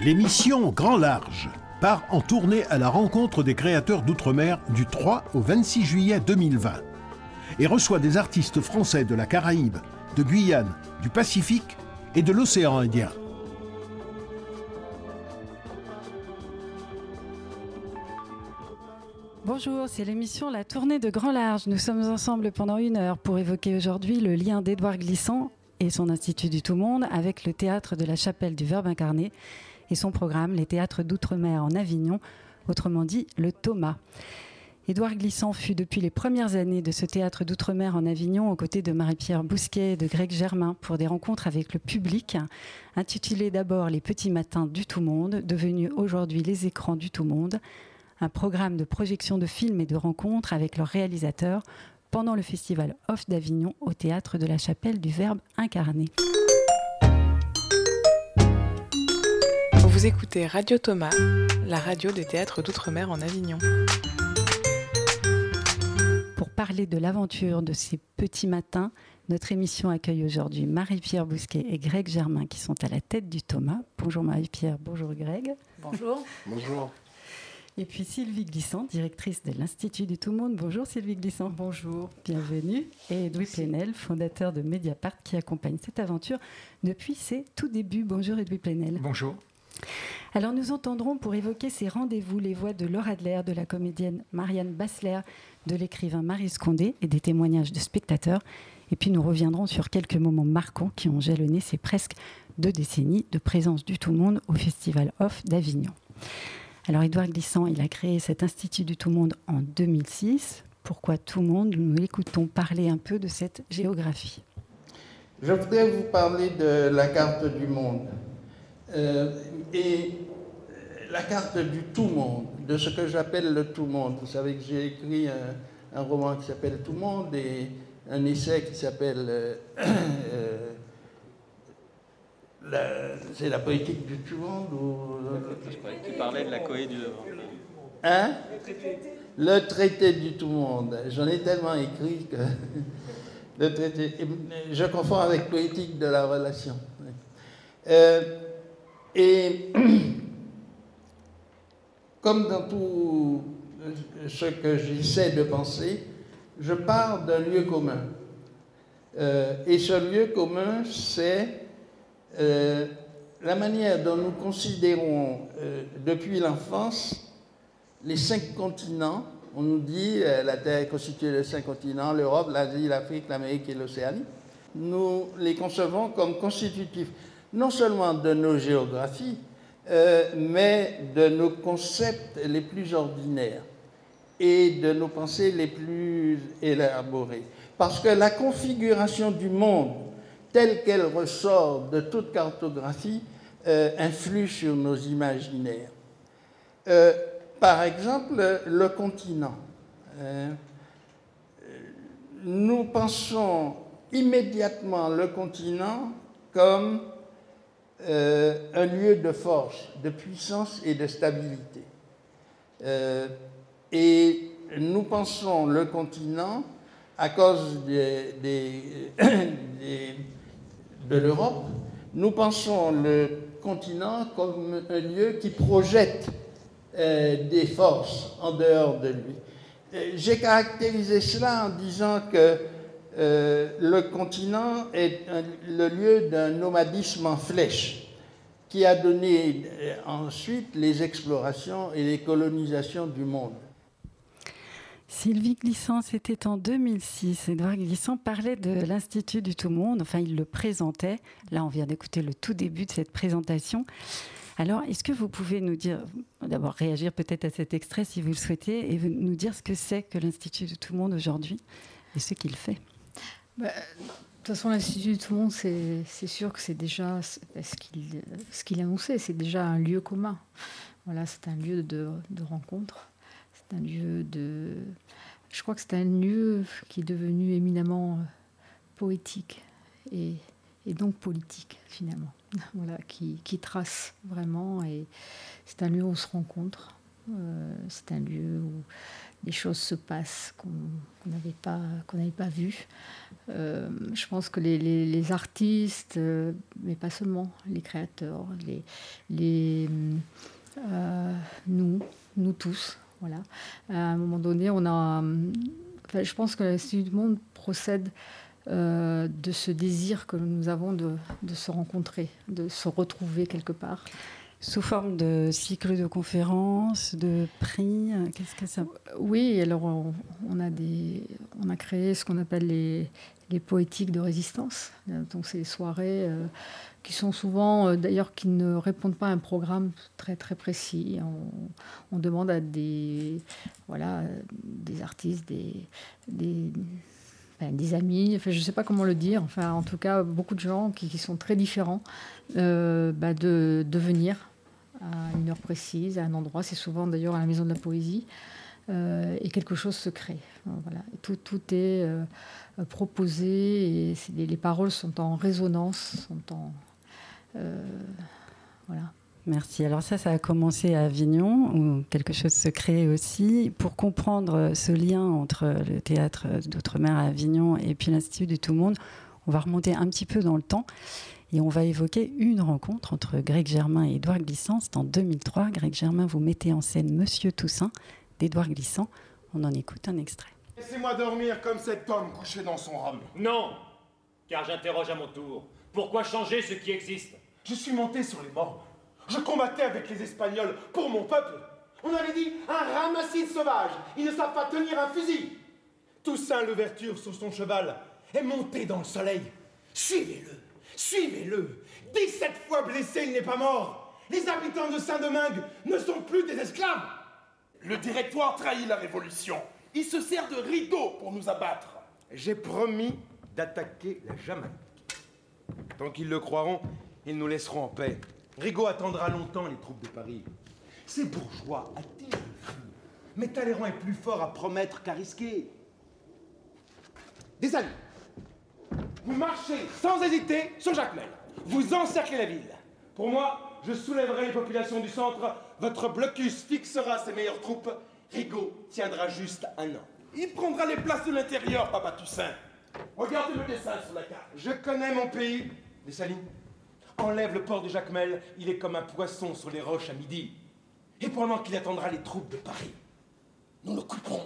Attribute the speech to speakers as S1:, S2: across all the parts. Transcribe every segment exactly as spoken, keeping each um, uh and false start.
S1: L'émission Grand Large part en tournée à la rencontre des créateurs d'outre-mer du trois au vingt-six juillet deux mille vingt et reçoit des artistes français de la Caraïbe, de Guyane, du Pacifique et de l'océan Indien.
S2: Bonjour, c'est l'émission La Tournée de Grand Large. Nous sommes ensemble pendant une heure pour évoquer aujourd'hui le lien d'Édouard Glissant et son Institut du Tout-Monde avec le théâtre de la Chapelle du Verbe incarné et son programme Les Théâtres d'Outre-mer en Avignon, autrement dit le Thomas. Édouard Glissant fut depuis les premières années de ce théâtre d'Outre-mer en Avignon aux côtés de Marie-Pierre Bousquet et de Greg Germain pour des rencontres avec le public, intitulées d'abord Les Petits Matins du Tout-Monde, devenus aujourd'hui les Écrans du Tout-Monde, un programme de projection de films et de rencontres avec leurs réalisateurs pendant le festival Off d'Avignon au théâtre de la Chapelle du Verbe incarné.
S3: Vous écoutez Radio Thomas, la radio des théâtres d'Outre-mer en Avignon.
S2: Pour parler de l'aventure de ces petits matins, notre émission accueille aujourd'hui Marie-Pierre Bousquet et Greg Germain qui sont à la tête du Thomas. Bonjour Marie-Pierre, bonjour Greg.
S4: Bonjour.
S5: Bonjour.
S2: Et puis Sylvie Glissant, directrice de l'Institut du Tout-Monde. Bonjour Sylvie Glissant.
S4: Bonjour.
S2: Bienvenue. Et Edoui Plenel, fondateur de Mediapart, qui accompagne cette aventure depuis ses tout débuts. Bonjour Edoui Plenel.
S5: Bonjour.
S2: Alors nous entendrons pour évoquer ces rendez-vous les voix de Laura Adler, de la comédienne Marianne Bassler, de l'écrivain Marie Scondé et des témoignages de spectateurs. Et puis nous reviendrons sur quelques moments marquants qui ont jalonné ces presque deux décennies de présence du Tout-Monde au Festival Off d'Avignon. Alors Édouard Glissant, il a créé cet Institut du Tout-Monde en deux mille six. Pourquoi Tout-Monde ? Nous l'écoutons parler un peu de cette géographie.
S6: Je voudrais vous parler de la carte du monde. Euh, et la carte du tout-monde, de ce que j'appelle le tout-monde. Vous savez que j'ai écrit un, un roman qui s'appelle Tout-Monde et un essai qui s'appelle euh, euh, la, c'est la politique du tout-monde ou...
S7: Je croyais que tu parlais de la Cohée du devant.
S6: Hein ? Le traité du tout-monde. J'en ai tellement écrit que... le traité... Je confonds avec politique de la relation. Euh, Et comme dans tout ce que j'essaie de penser, je pars d'un lieu commun. Euh, et ce lieu commun, c'est euh, la manière dont nous considérons euh, depuis l'enfance les cinq continents. On nous dit euh, la Terre est constituée de cinq continents, l'Europe, l'Asie, l'Afrique, l'Amérique et l'Océanie. Nous les concevons comme constitutifs non seulement de nos géographies, euh, mais de nos concepts les plus ordinaires et de nos pensées les plus élaborées. Parce que la configuration du monde, telle qu'elle ressort de toute cartographie, euh, influe sur nos imaginaires. Euh, par exemple, le continent. Euh, nous pensons immédiatement le continent comme Euh, un lieu de force, de puissance et de stabilité. Euh, et nous pensons le continent, à cause des, des, des, de l'Europe, nous pensons le continent comme un lieu qui projette euh, des forces en dehors de lui. Euh, j'ai caractérisé cela en disant que Euh, le continent est un, le lieu d'un nomadisme en flèche qui a donné euh, ensuite les explorations et les colonisations du monde.
S2: Sylvie Glissant, c'était en deux mille six. Édouard Glissant parlait de l'Institut du Tout-Monde, enfin il le présentait. Là, on vient d'écouter le tout début de cette présentation. Alors, est-ce que vous pouvez nous dire, d'abord réagir peut-être à cet extrait si vous le souhaitez, et nous dire ce que c'est que l'Institut du Tout-Monde aujourd'hui et ce qu'il fait ?
S4: Bah, de toute façon, l'Institut du Tout-Monde, c'est, c'est sûr que c'est déjà ce qu'il, ce qu'il annonçait, c'est déjà un lieu commun. Voilà, c'est un lieu de, de rencontre, c'est un lieu de... Je crois que c'est un lieu qui est devenu éminemment poétique et, et donc politique, finalement. Voilà, qui, qui trace vraiment, et c'est un lieu où on se rencontre. Euh, c'est un lieu où des choses se passent qu'on qu'on n'avait pas, qu'on n'avait pas vues. Euh, je pense que les, les, les artistes, euh, mais pas seulement, les créateurs, les, les, euh, nous, nous tous, voilà. À un moment donné, on a... Enfin, je pense que l'Institut du Monde procède euh, de ce désir que nous avons de, de se rencontrer, de se retrouver quelque part.
S2: Sous forme de cycle de conférences, de prix, qu'est-ce que ça...
S4: Oui, alors on, on, a des, on a créé ce qu'on appelle les, les poétiques de résistance. Donc c'est des soirées euh, qui sont souvent, euh, d'ailleurs, qui ne répondent pas à un programme très très précis. On, on demande à des, voilà, des artistes, des, des, enfin, des amis, enfin, je ne sais pas comment le dire, enfin, en tout cas beaucoup de gens qui, qui sont très différents, euh, bah, de, de venir à une heure précise, à un endroit. C'est souvent d'ailleurs à la Maison de la Poésie. Euh, et quelque chose se crée. Voilà. Tout, tout est euh, proposé et les, les paroles sont en résonance, sont en... Euh, voilà.
S2: Merci. Alors ça, ça a commencé à Avignon, où quelque chose se crée aussi. Pour comprendre ce lien entre le théâtre d'Outre-mer à Avignon et puis l'Institut du Tout-Monde, on va remonter un petit peu dans le temps. Et on va évoquer une rencontre entre Greg Germain et Édouard Glissant. C'est en deux mille trois. Greg Germain, vous mettez en scène Monsieur Toussaint d'Édouard Glissant. On en écoute un extrait.
S5: Laissez-moi dormir comme cet homme couché dans son rhum.
S8: Non, car j'interroge à mon tour. Pourquoi changer ce qui existe ?
S5: Je suis monté sur les morts. Je combattais avec les Espagnols pour mon peuple. On avait dit un ramassis de sauvages. Ils ne savent pas tenir un fusil. Toussaint Louverture sur son cheval est monté dans le soleil. Suivez-le. Suivez-le. dix-sept fois blessé, il n'est pas mort. Les habitants de Saint-Domingue ne sont plus des esclaves.
S9: Le directoire trahit la révolution. Il se sert de rideau pour nous abattre.
S5: J'ai promis d'attaquer la Jamaïque. Tant qu'ils le croiront, ils nous laisseront en paix. Rigaud attendra longtemps les troupes de Paris. Ces bourgeois attirent le fou. Mais Talleyrand est plus fort à promettre qu'à risquer. Des alliés. Vous marchez sans hésiter sur Jacmel. Vous encerclez la ville. Pour moi, je soulèverai les populations du centre. Votre blocus fixera ses meilleures troupes. Rigaud tiendra juste un an.
S9: Il prendra les places de l'intérieur, Papa Toussaint. Regardez le dessin sur la carte.
S5: Je connais mon pays. Dessalines, enlève le port de Jacmel. Il est comme un poisson sur les roches à midi. Et pendant qu'il attendra les troupes de Paris, nous le couperons.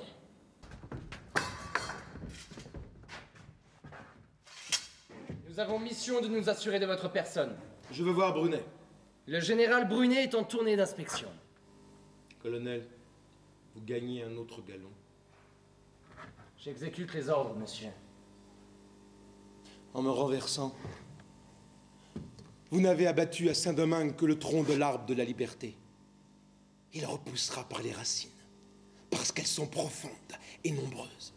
S10: Nous avons mission de nous assurer de votre personne.
S5: Je veux voir Brunet.
S10: Le général Brunet est en tournée d'inspection.
S5: Colonel, vous gagnez un autre galon.
S10: J'exécute les ordres, monsieur.
S5: En me renversant, vous n'avez abattu à Saint-Domingue que le tronc de l'arbre de la liberté. Il repoussera par les racines, parce qu'elles sont profondes et nombreuses.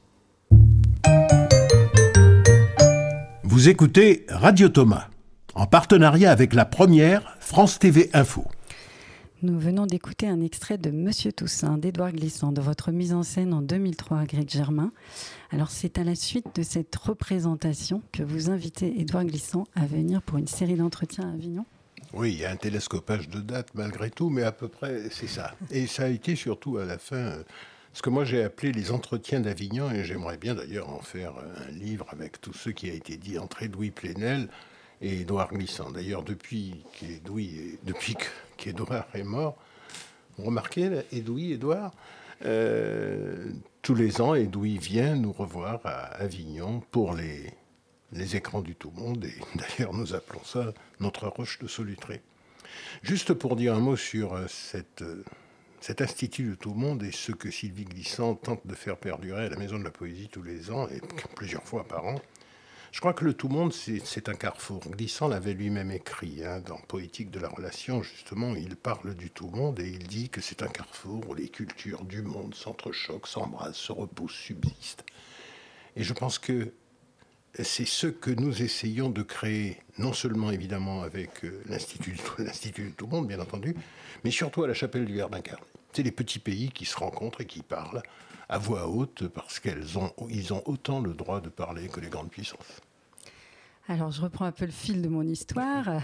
S1: Vous écoutez Radio Thomas, en partenariat avec la première France T V Info.
S2: Nous venons d'écouter un extrait de Monsieur Toussaint d'Édouard Glissant, de votre mise en scène en deux mille trois à Greg Germain. Alors c'est à la suite de cette représentation que vous invitez Édouard Glissant à venir pour une série d'entretiens à Avignon.
S1: Oui, il y a un télescopage de date malgré tout, mais à peu près c'est ça. Et ça a été surtout à la fin, ce que moi j'ai appelé les entretiens d'Avignon, et j'aimerais bien d'ailleurs en faire un livre avec tout ce qui a été dit entre Edoui Plenel et Édouard Glissant. D'ailleurs, depuis qu'Edoui, depuis qu'Édouard est mort, vous remarquez, là, Edoui, Édouard, euh, tous les ans, Edoui vient nous revoir à Avignon pour les, les écrans du Tout-Monde, et d'ailleurs, nous appelons ça notre roche de Solutré. Juste pour dire un mot sur cette, cet institut du Tout-Monde et ce que Sylvie Glissant tente de faire perdurer à la Maison de la Poésie tous les ans, et plusieurs fois par an. Je crois que le Tout-Monde, c'est, c'est un carrefour. Glissant l'avait lui-même écrit, hein, dans Poétique de la relation, justement, il parle du Tout-Monde et il dit que c'est un carrefour où les cultures du monde s'entrechoquent, s'embrassent, se repoussent, subsistent. Et je pense que c'est ce que nous essayons de créer, non seulement évidemment avec euh, l'Institut, l'Institut du Tout-Monde, bien entendu, mais surtout à la chapelle du Verbe incarné. C'est les petits pays qui se rencontrent et qui parlent à voix haute parce qu'ils ont, ils ont autant le droit de parler que les grandes puissances.
S2: Alors, je reprends un peu le fil de mon histoire.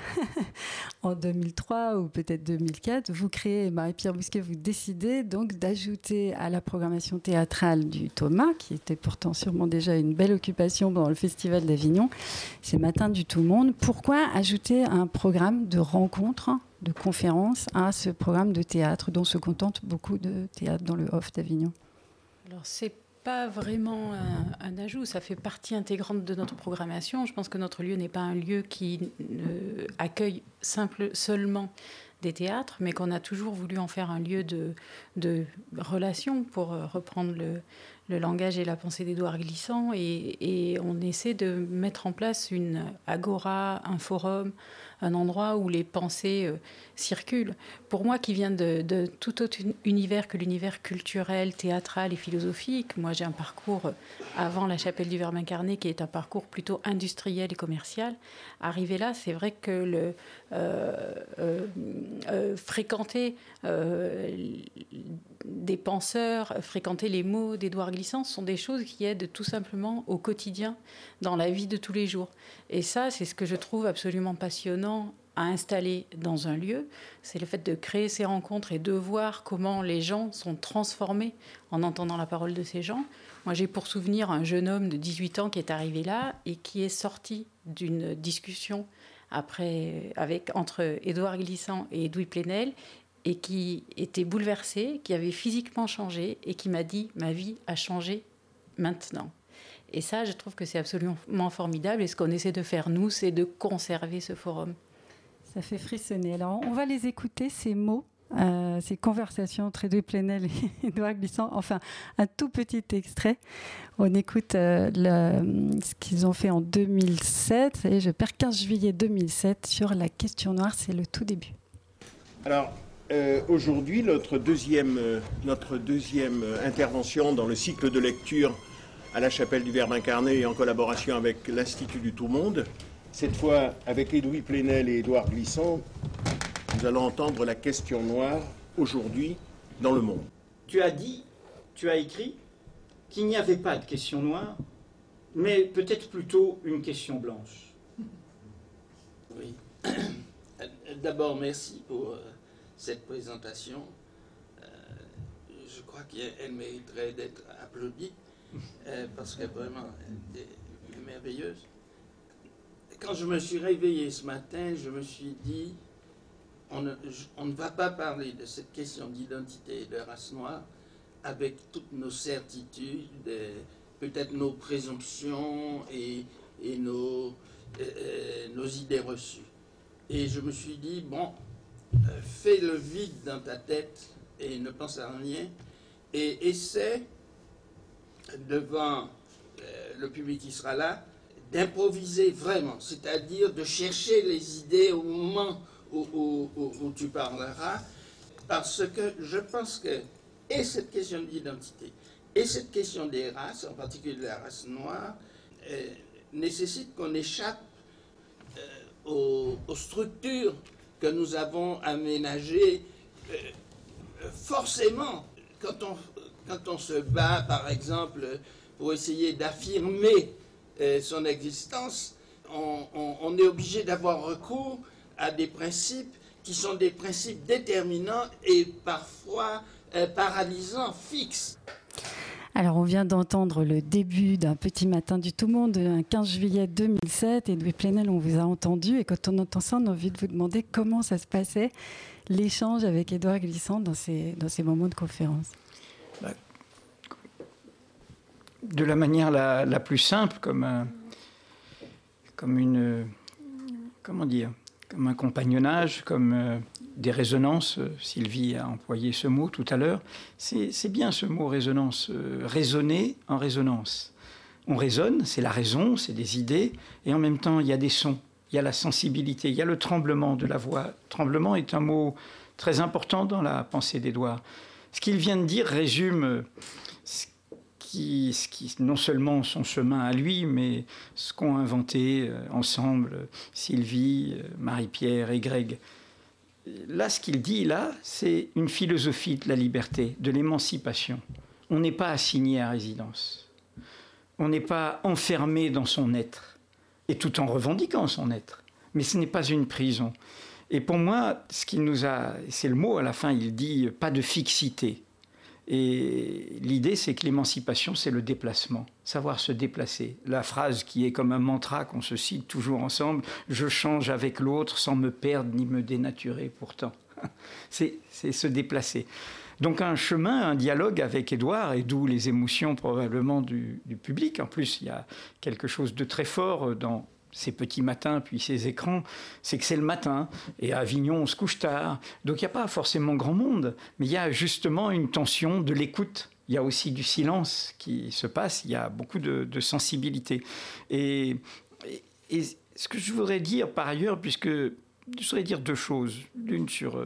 S2: En deux mille trois ou peut-être deux mille quatre, vous créez, Marie-Pierre Bousquet, vous décidez donc d'ajouter à la programmation théâtrale du Thomas, qui était pourtant sûrement déjà une belle occupation pendant le Festival d'Avignon, ces Matins du Tout Monde. Pourquoi ajouter un programme de rencontres, de conférences à ce programme de théâtre dont se contentent beaucoup de théâtres dans le Off d'Avignon?
S11: Alors, c'est pas vraiment un, un ajout, ça fait partie intégrante de notre programmation. Je pense que notre lieu n'est pas un lieu qui euh, accueille simple, seulement des théâtres, mais qu'on a toujours voulu en faire un lieu de, de relation, pour reprendre le, le langage et la pensée d'Édouard Glissant, et, et on essaie de mettre en place une agora, un forum, un endroit où les pensées euh, circulent. Pour moi, qui viens de, de tout autre univers que l'univers culturel, théâtral et philosophique, moi j'ai un parcours avant la Chapelle du Verbe incarné qui est un parcours plutôt industriel et commercial. Arrivé là, c'est vrai que le euh, euh, euh, fréquenter euh, des penseurs, fréquenter les mots d'Édouard Glissant sont des choses qui aident tout simplement au quotidien, dans la vie de tous les jours. Et ça, c'est ce que je trouve absolument passionnant à installer dans un lieu, c'est le fait de créer ces rencontres et de voir comment les gens sont transformés en entendant la parole de ces gens. Moi, j'ai pour souvenir un jeune homme de dix-huit ans qui est arrivé là et qui est sorti d'une discussion après, avec, entre Édouard Glissant et Edoui Plenel, et qui était bouleversé, qui avait physiquement changé et qui m'a dit « ma vie a changé maintenant ». Et ça, je trouve que c'est absolument formidable. Et ce qu'on essaie de faire, nous, c'est de conserver ce forum.
S2: Ça fait frissonner. Alors, on va les écouter, ces mots, euh, ces conversations entre Edoui Plenel et Édouard Glissant. Enfin, un tout petit extrait. On écoute euh, le, ce qu'ils ont fait en deux mille sept. Et je perds quinze juillet deux mille sept sur la question noire. C'est le tout début.
S12: Alors, euh, aujourd'hui, notre deuxième, euh, notre deuxième intervention dans le cycle de lecture à la Chapelle du Verbe incarné et en collaboration avec l'Institut du Tout Monde. Cette fois, avec Edoui Plenel et Édouard Glissant, nous allons entendre la question noire aujourd'hui dans le monde.
S13: Tu as dit, tu as écrit qu'il n'y avait pas de question noire, mais peut-être plutôt une question blanche.
S6: Oui. D'abord, merci pour euh, cette présentation. Euh, je crois qu'elle mériterait d'être applaudie. Euh, parce que vraiment, elle est merveilleuse. Quand je me suis réveillé ce matin, je me suis dit, on ne, je, on ne va pas parler de cette question d'identité et de race noire avec toutes nos certitudes, euh, peut-être nos présomptions et, et nos, euh, nos idées reçues. Et je me suis dit, bon, euh, fais le vide dans ta tête et ne pense à rien et essaie devant euh, le public qui sera là, d'improviser vraiment, c'est-à-dire de chercher les idées au moment où, où, où, où tu parleras, parce que je pense que, et cette question d'identité, et cette question des races, en particulier de la race noire, euh, nécessite qu'on échappe euh, aux, aux structures que nous avons aménagées. Euh, forcément, quand on... Quand on se bat, par exemple, pour essayer d'affirmer euh, son existence, on, on, on est obligé d'avoir recours à des principes qui sont des principes déterminants et parfois euh, paralysants, fixes.
S2: Alors, on vient d'entendre le début d'un Petit Matin du Tout Monde, un quinze juillet deux mille sept. Edoui Plenel, on vous a entendu. Et quand on entend ça, on a envie de vous demander comment ça se passait, l'échange avec Édouard Glissant dans ces, dans ces moments de conférence.
S13: De la manière la, la plus simple, comme, un, comme une, comment dire, comme un compagnonnage, comme euh, des résonances. Sylvie a employé ce mot tout à l'heure. C'est, c'est bien ce mot résonance, euh, raisonner en résonance. On raisonne, c'est la raison, c'est des idées, et en même temps il y a des sons, il y a la sensibilité, il y a le tremblement de la voix. Tremblement est un mot très important dans la pensée d'Édouard. Ce qu'il vient de dire résume ce qui, ce qui, non seulement son chemin à lui, mais ce qu'ont inventé euh, ensemble Sylvie, euh, Marie-Pierre et Greg. Là, ce qu'il dit, là, c'est une philosophie de la liberté, de l'émancipation. On n'est pas assigné à résidence. On n'est pas enfermé dans son être. et tout en revendiquant son être. Mais ce n'est pas une prison. Et pour moi, ce qu'il nous a, c'est le mot à la fin, il dit « pas de fixité ». Et l'idée, c'est que l'émancipation, c'est le déplacement, savoir se déplacer. La phrase qui est comme un mantra qu'on se cite toujours ensemble, « je change avec l'autre sans me perdre ni me dénaturer pourtant ». C'est, c'est se déplacer. Donc un chemin, un dialogue avec Édouard, et d'où les émotions probablement du, du public. En plus, il y a quelque chose de très fort dans ces petits matins, puis ces écrans, c'est que c'est le matin, et à Avignon, on se couche tard. Donc il n'y a pas forcément grand monde, mais il y a justement une tension de l'écoute. Il y a aussi du silence qui se passe, il y a beaucoup de, de sensibilité. Et, et, et ce que je voudrais dire par ailleurs, puisque je voudrais dire deux choses. L'une sur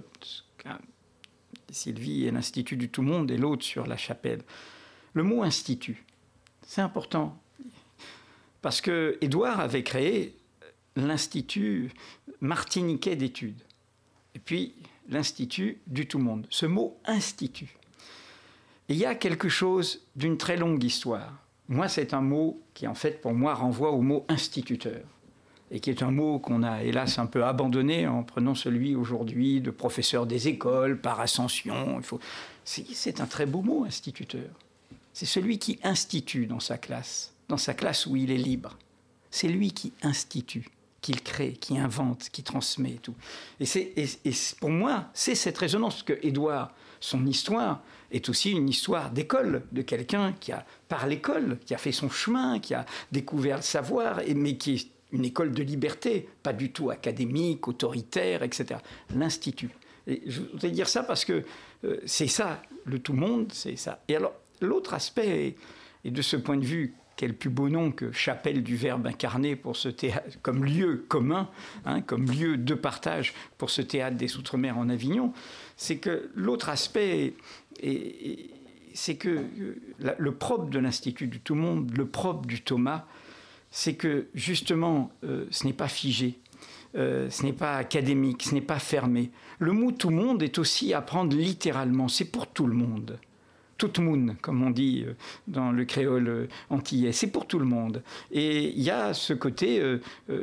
S13: Sylvie et l'Institut du Tout-Monde, et l'autre sur la chapelle. Le mot « institut », c'est important. Parce que Édouard avait créé l'Institut martiniquais d'études. Et puis, l'Institut du Tout-Monde. Ce mot « institut ». Et il y a quelque chose d'une très longue histoire. Moi, c'est un mot qui, en fait, pour moi, renvoie au mot « instituteur ». Et qui est un mot qu'on a, hélas, un peu abandonné en prenant celui, aujourd'hui, de professeur des écoles, par ascension. Il faut... c'est, c'est un très beau mot, « instituteur ». C'est celui qui institue dans sa classe. Dans sa classe où il est libre. C'est lui qui institue, qui crée, qui invente, qui transmet et tout. Et, c'est, et, et pour moi, c'est cette résonance, parce que Édouard, son histoire, est aussi une histoire d'école, de quelqu'un qui a, par l'école, qui a fait son chemin, qui a découvert le savoir, et, mais qui est une école de liberté, pas du tout académique, autoritaire, et cetera. L'Institut. Et je voudrais dire ça parce que euh, c'est ça, le tout-monde, c'est ça. Et alors, l'autre aspect, et de ce point de vue, quel plus beau nom que chapelle du Verbe incarné pour ce théâtre, comme lieu commun, hein, comme lieu de partage pour ce théâtre des Outre-mer en Avignon, c'est que l'autre aspect, est, est, c'est que la, le propre de l'Institut du Tout-Monde, le propre du Thomas, c'est que justement, euh, ce n'est pas figé, euh, ce n'est pas académique, ce n'est pas fermé. Le mot « tout-monde » est aussi à prendre littéralement, c'est pour tout le monde. Tout le monde, comme on dit dans le créole antillais, c'est pour tout le monde. Et il y a ce côté de,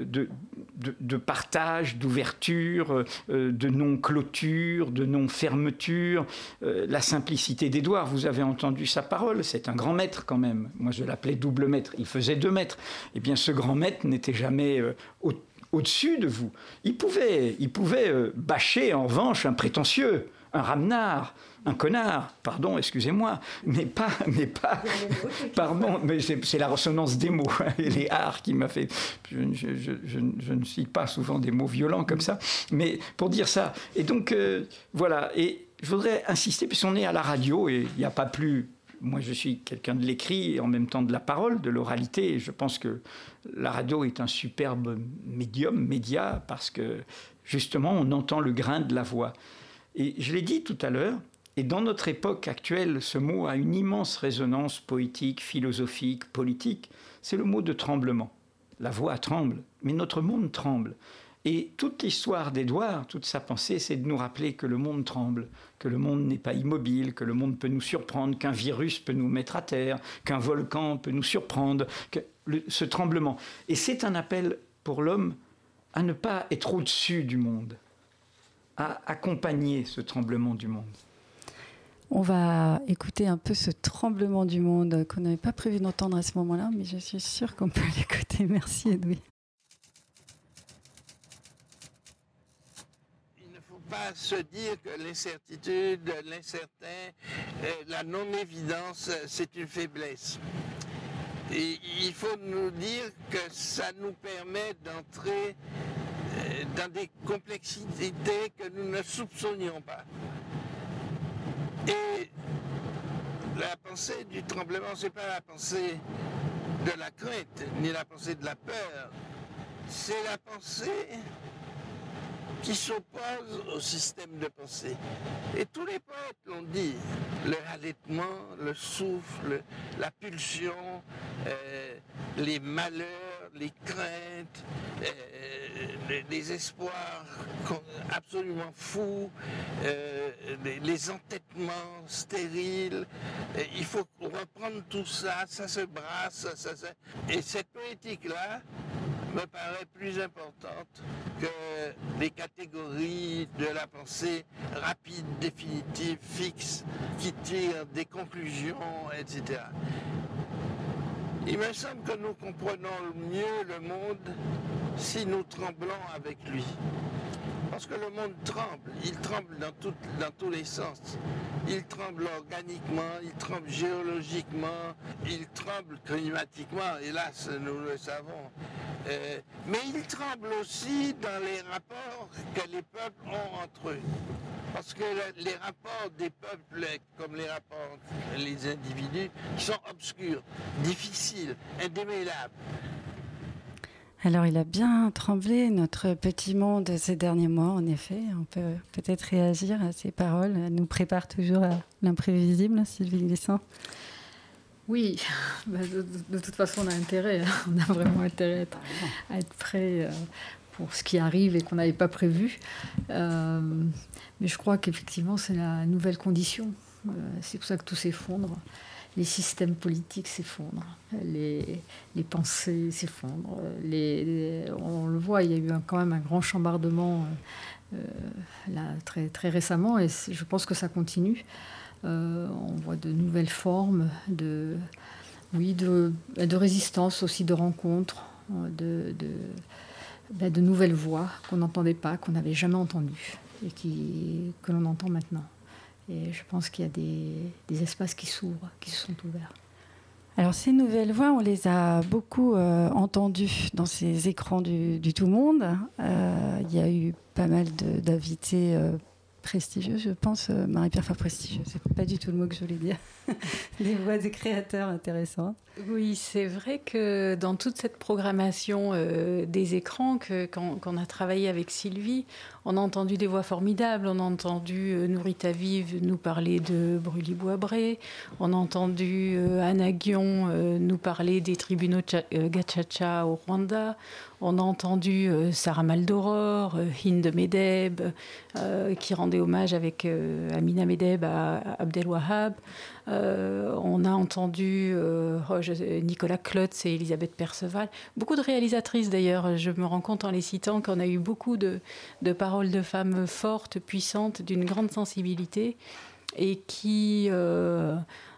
S13: de, de partage, d'ouverture, de non-clôture, de non-fermeture, la simplicité d'Édouard. Vous avez entendu sa parole, c'est un grand maître quand même. Moi, je l'appelais double maître, il faisait deux mètres. Eh bien, ce grand maître n'était jamais au, au-dessus de vous. Il pouvait, il pouvait bâcher, en revanche, un prétentieux, un ramenard, un connard, pardon, excusez-moi, mais pas, mais pas, pardon, mais c'est, c'est la ressonance des mots et les arts qui m'a fait. Je, je, je, je, je ne cite pas souvent des mots violents comme ça, mais pour dire ça. Et donc euh, voilà. Et je voudrais insister, puisqu'on est à la radio et il n'y a pas plus. Moi, je suis quelqu'un de l'écrit et en même temps de la parole, de l'oralité. Et je pense que la radio est un superbe médium, média, parce que justement, on entend le grain de la voix. Et je l'ai dit tout à l'heure. Et dans notre époque actuelle, ce mot a une immense résonance poétique, philosophique, politique. C'est le mot de tremblement. La voix tremble, mais notre monde tremble. Et toute l'histoire d'Édouard, toute sa pensée, c'est de nous rappeler que le monde tremble, que le monde n'est pas immobile, que le monde peut nous surprendre, qu'un virus peut nous mettre à terre, qu'un volcan peut nous surprendre, que le, ce tremblement. Et c'est un appel pour l'homme à ne pas être au-dessus du monde, à accompagner ce tremblement du monde.
S2: On va écouter un peu ce tremblement du monde qu'on n'avait pas prévu d'entendre à ce moment-là, mais je suis sûre qu'on peut l'écouter. Merci Edoui.
S6: Il ne faut pas se dire que l'incertitude, l'incertain, la non-évidence, c'est une faiblesse. Et il faut nous dire que ça nous permet d'entrer dans des complexités que nous ne soupçonnions pas. Et la pensée du tremblement, ce n'est pas la pensée de la crainte, ni la pensée de la peur. C'est la pensée qui s'oppose au système de pensée. Et tous les poètes l'ont dit, le halètement, le souffle, la pulsion, euh, les malheurs, les craintes, euh, les, les espoirs absolument fous, euh, les, les entêtements stériles. Et il faut reprendre tout ça, ça se brasse, ça, ça, ça. Et cette poétique-là me paraît plus importante que les catégories de la pensée rapide, définitive, fixe, qui tire des conclusions, et cetera. Il me semble que nous comprenons mieux le monde si nous tremblons avec lui. Parce que le monde tremble, il tremble dans, tout, dans tous les sens. Il tremble organiquement, il tremble géologiquement, il tremble climatiquement, hélas, nous le savons. Euh, mais il tremble aussi dans les rapports que les peuples ont entre eux. Parce que les rapports des peuples, comme les rapports entre les individus, sont obscurs, difficiles, indémêlables.
S2: Alors, il a bien tremblé, notre petit monde, ces derniers mois, en effet. On peut peut-être réagir à ces paroles. Elle nous prépare toujours à l'imprévisible, Sylvie Glissant.
S4: Oui, bah de, de toute façon, on a intérêt. On a vraiment intérêt à être, à être prêt pour ce qui arrive et qu'on n'avait pas prévu. Euh, mais je crois qu'effectivement, c'est la nouvelle condition. Euh, c'est pour ça que tout s'effondre. Les systèmes politiques s'effondrent, les, les pensées s'effondrent. Les, les, on le voit, il y a eu un, quand même un grand chambardement euh, là, très, très récemment, et je pense que ça continue. Euh, on voit de nouvelles formes de, oui, de, de résistance, aussi de rencontres, de, de, ben de nouvelles voix qu'on n'entendait pas, qu'on n'avait jamais entendues, et qui, que l'on entend maintenant. Et je pense qu'il y a des, des espaces qui s'ouvrent, qui se sont ouverts.
S2: Alors ces nouvelles voix, on les a beaucoup euh, entendues dans ces écrans du, du Tout Monde. Euh, il y a eu pas mal de, d'invités euh, prestigieux, je pense. Euh, Marie-Pierre, enfin prestigieux, c'est pas du tout le mot que je voulais dire. Des voix de créateurs intéressantes.
S11: Oui, c'est vrai que dans toute cette programmation euh, des écrans que, qu'on, qu'on a travaillé avec Sylvie, on a entendu des voix formidables. On a entendu euh, Nourrit Aviv nous parler de Brûlis-Bois-Bray. On a entendu euh, Anna Guion euh, nous parler des tribunaux Tcha- euh, Gachacha au Rwanda. On a entendu euh, Sarah Maldoror, euh, Hind Medeb, euh, qui rendait hommage avec euh, Amina Medeb à, à Abdel Wahab. Euh, on a entendu euh, Nicolas Klotz et Elisabeth Perceval. Beaucoup de réalisatrices d'ailleurs, je me rends compte en les citant qu'on a eu beaucoup de, de paroles de femmes fortes, puissantes, d'une grande sensibilité et qui euh,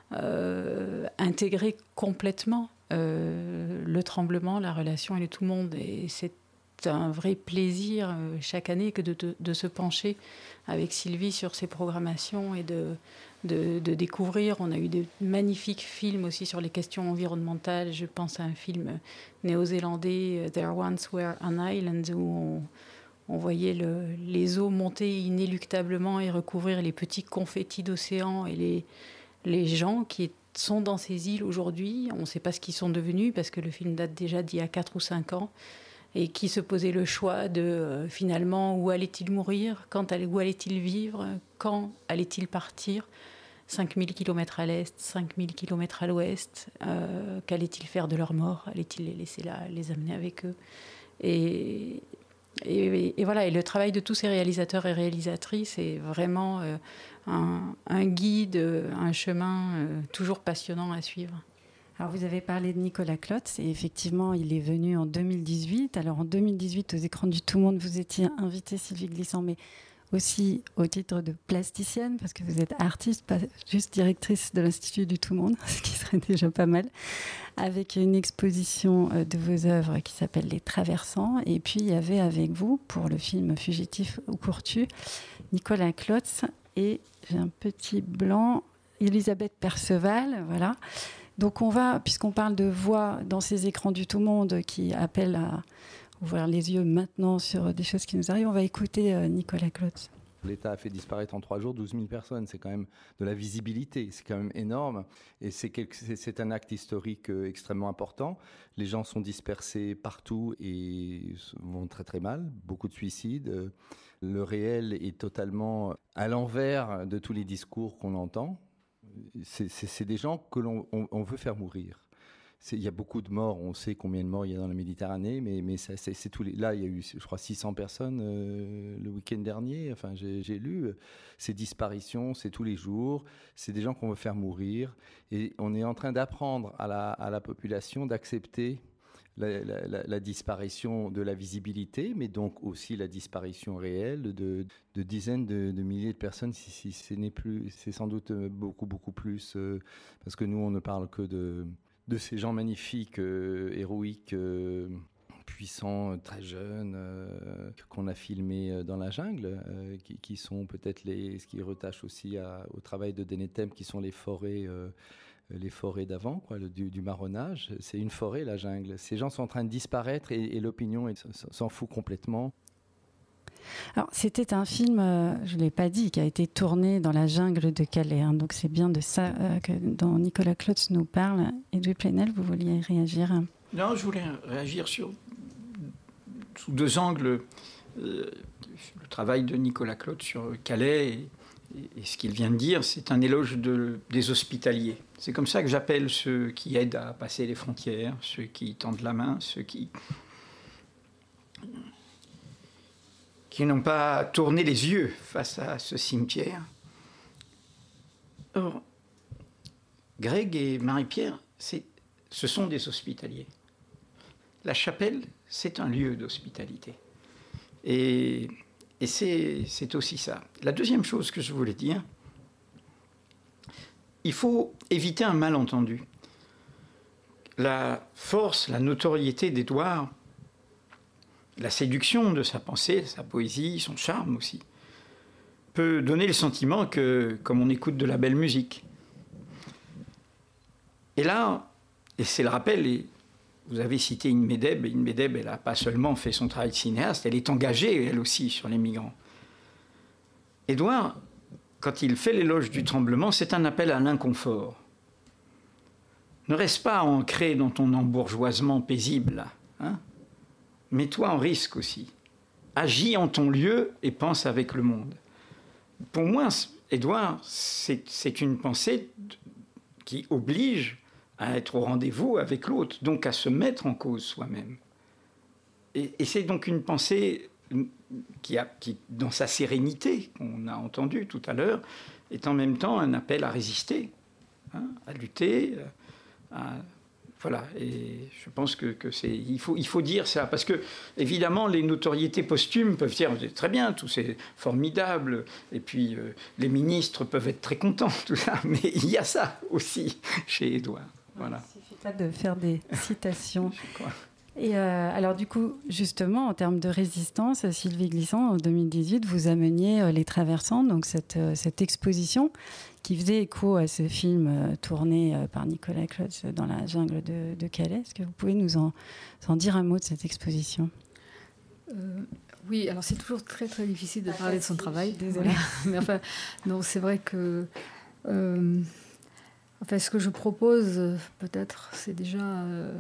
S11: euh, intégraient complètement euh, le tremblement, la relation et le tout monde. Et c'est un vrai plaisir euh, chaque année que de, de, de se pencher avec Sylvie sur ces programmations et de, de, de découvrir. On a eu de magnifiques films aussi sur les questions environnementales. Je pense à un film néo-zélandais, There Once Were an Island, où on, on voyait le, les eaux monter inéluctablement et recouvrir les petits confettis d'océan et les, les gens qui sont dans ces îles aujourd'hui. On ne sait pas ce qu'ils sont devenus parce que le film date déjà d'il y a quatre ou cinq ans. Et qui se posait le choix de, euh, finalement, où allait-il mourir, quand allait, où allait-il vivre, quand allait-il partir, cinq mille kilomètres à l'est, cinq mille kilomètres à l'ouest, euh, qu'allait-il faire de leur mort, allait-il les laisser là, les amener avec eux et, et, et voilà, et le travail de tous ces réalisateurs et réalisatrices est vraiment euh, un, un guide, un chemin euh, toujours passionnant à suivre.
S2: Alors vous avez parlé de Nicolas Klotz et effectivement il est venu en deux mille dix-huit. Alors en deux mille dix-huit aux écrans du Tout Monde vous étiez invitée Sylvie Glissant, mais aussi au titre de plasticienne parce que vous êtes artiste, pas juste directrice de l'Institut du Tout Monde, ce qui serait déjà pas mal, avec une exposition de vos œuvres qui s'appelle Les Traversants. Et puis il y avait avec vous pour le film Fugitif ou Courtu Nicolas Klotz et j'ai un petit blanc, Elisabeth Perceval, voilà. Donc on va, puisqu'on parle de voix dans ces écrans du Tout Monde qui appellent à ouvrir les yeux maintenant sur des choses qui nous arrivent, on va écouter Nicolas Klotz.
S14: L'État a fait disparaître en trois jours douze mille personnes. C'est quand même de la visibilité, c'est quand même énorme. Et c'est, quelque, c'est, c'est un acte historique extrêmement important. Les gens sont dispersés partout et vont très très mal. Beaucoup de suicides. Le réel est totalement à l'envers de tous les discours qu'on entend. C'est, c'est, c'est des gens que l'on on, on veut faire mourir. Il y a beaucoup de morts, on sait combien de morts il y a dans la Méditerranée, mais, mais ça, c'est, c'est tous les... là, il y a eu, je crois, six cents personnes euh, le week-end dernier. Enfin, j'ai, j'ai lu ces disparitions, c'est tous les jours. C'est des gens qu'on veut faire mourir. Et on est en train d'apprendre à la, à la population d'accepter la, la, la disparition de la visibilité, mais donc aussi la disparition réelle de, de dizaines de, de milliers de personnes, si, si ce n'est plus, c'est sans doute beaucoup, beaucoup plus, euh, parce que nous, on ne parle que de, de ces gens magnifiques, euh, héroïques, euh, puissants, très jeunes, euh, qu'on a filmés dans la jungle, euh, qui, qui sont peut-être les, ce qui retache aussi à, au travail de Denetham, qui sont les forêts, euh, les forêts d'avant, quoi, le, du, du marronnage. C'est une forêt, la jungle. Ces gens sont en train de disparaître et, et l'opinion s'en fout complètement.
S2: Alors, c'était un film, euh, je ne l'ai pas dit, qui a été tourné dans la jungle de Calais. Hein, donc, c'est bien de ça euh, que dont Nicolas Clotz nous parle. Edoui Plenel, vous vouliez réagir?
S13: Non, je voulais réagir sur, sous deux angles. Euh, le travail de Nicolas Clotz sur Calais et, et, et ce qu'il vient de dire, c'est un éloge de, des hospitaliers. C'est comme ça que j'appelle ceux qui aident à passer les frontières, ceux qui tendent la main, ceux qui... qui n'ont pas tourné les yeux face à ce cimetière. Or, Greg et Marie-Pierre, c'est, ce sont des hospitaliers. La chapelle, c'est un lieu d'hospitalité. Et, et c'est, c'est aussi ça. La deuxième chose que je voulais dire, il faut éviter un malentendu. La force, la notoriété d'Édouard, la séduction de sa pensée, sa poésie, son charme aussi, peut donner le sentiment que, comme on écoute de la belle musique. Et là, et c'est le rappel, et vous avez cité Inne Medeb, Inne Medeb, elle n'a pas seulement fait son travail de cinéaste, elle est engagée, elle aussi, sur les migrants. Édouard, quand il fait l'éloge du tremblement, c'est un appel à l'inconfort. Ne reste pas ancré dans ton embourgeoisement paisible, hein ? Mets-toi en risque aussi. Agis en ton lieu et pense avec le monde. Pour moi, Édouard, c'est, c'est une pensée qui oblige à être au rendez-vous avec l'autre, donc à se mettre en cause soi-même. Et, et c'est donc une pensée qui, a, qui, dans sa sérénité, qu'on a entendu tout à l'heure, est en même temps un appel à résister, hein, à lutter, à... Voilà, et je pense que, que c'est, il faut, il faut dire ça, parce que, évidemment, les notoriétés posthumes peuvent dire « très bien, tout c'est formidable », et puis euh, les ministres peuvent être très contents, tout ça, mais il y a ça aussi chez Édouard. Voilà.
S2: Il ne suffit pas de faire des citations. Et euh, alors du coup, justement, en termes de résistance, Sylvie Glissant, en deux mille dix-huit, vous ameniez euh, Les Traversants, donc cette, euh, cette exposition qui faisait écho à ce film euh, tourné euh, par Nicolas Clotz dans la jungle de, de Calais. Est-ce que vous pouvez nous en, en dire un mot de cette exposition?
S4: euh, Oui, alors c'est toujours très très difficile de parler de son travail. Désolée. Voilà. Mais enfin, non, c'est vrai que... Euh, enfin, ce que je propose, peut-être, c'est déjà... Euh,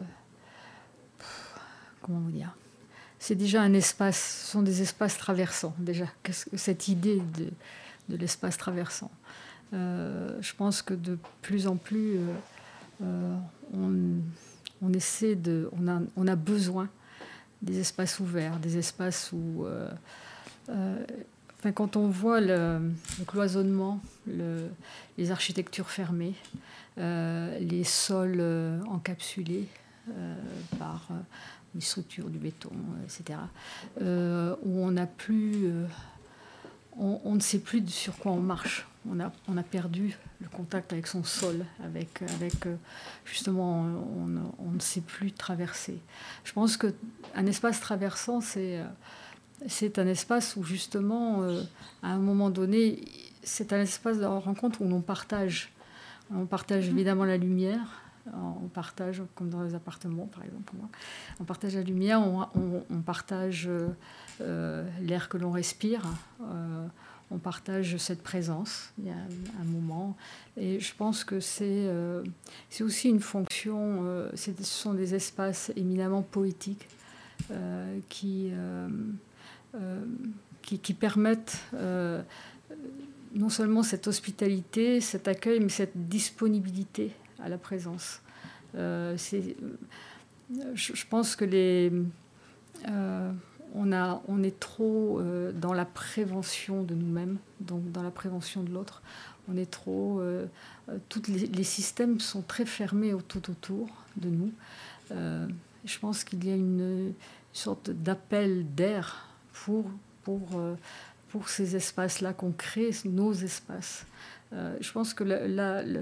S4: comment vous dire, c'est déjà un espace, ce sont des espaces traversants, déjà. Qu'est-ce que cette idée de, de l'espace traversant. Euh, je pense que de plus en plus, euh, euh, on, on essaie de, on a, on a besoin des espaces ouverts, des espaces où, euh, euh, enfin, quand on voit le, le cloisonnement, le, les architectures fermées, euh, les sols euh, encapsulés euh, par euh, les structures du béton, et cetera, euh, où on n'a plus, euh, on, on ne sait plus sur quoi on marche. On a, on a perdu le contact avec son sol, avec, avec justement, on, on ne sait plus traverser. Je pense qu'un espace traversant, c'est, c'est un espace où justement, euh, à un moment donné, c'est un espace de rencontre où l'on partage. On partage évidemment la lumière. On partage, comme dans les appartements, par exemple, pour moi. On partage la lumière, on, on, on partage euh, l'air que l'on respire, euh, on partage cette présence. Il y a un, un moment. Et je pense que c'est, euh, c'est aussi une fonction, euh, c'est, ce sont des espaces éminemment poétiques euh, qui, euh, euh, qui, qui permettent euh, non seulement cette hospitalité, cet accueil, mais cette disponibilité à la présence. Euh, c'est, je, je pense que les, euh, on, a, on est trop euh, dans la prévention de nous-mêmes, donc dans la prévention de l'autre. On est trop, euh, tous les, les systèmes sont très fermés tout autour de nous. Euh, je pense qu'il y a une, une sorte d'appel d'air pour, pour, euh, pour ces espaces-là qu'on crée, nos espaces. Euh, je pense que la, la, la,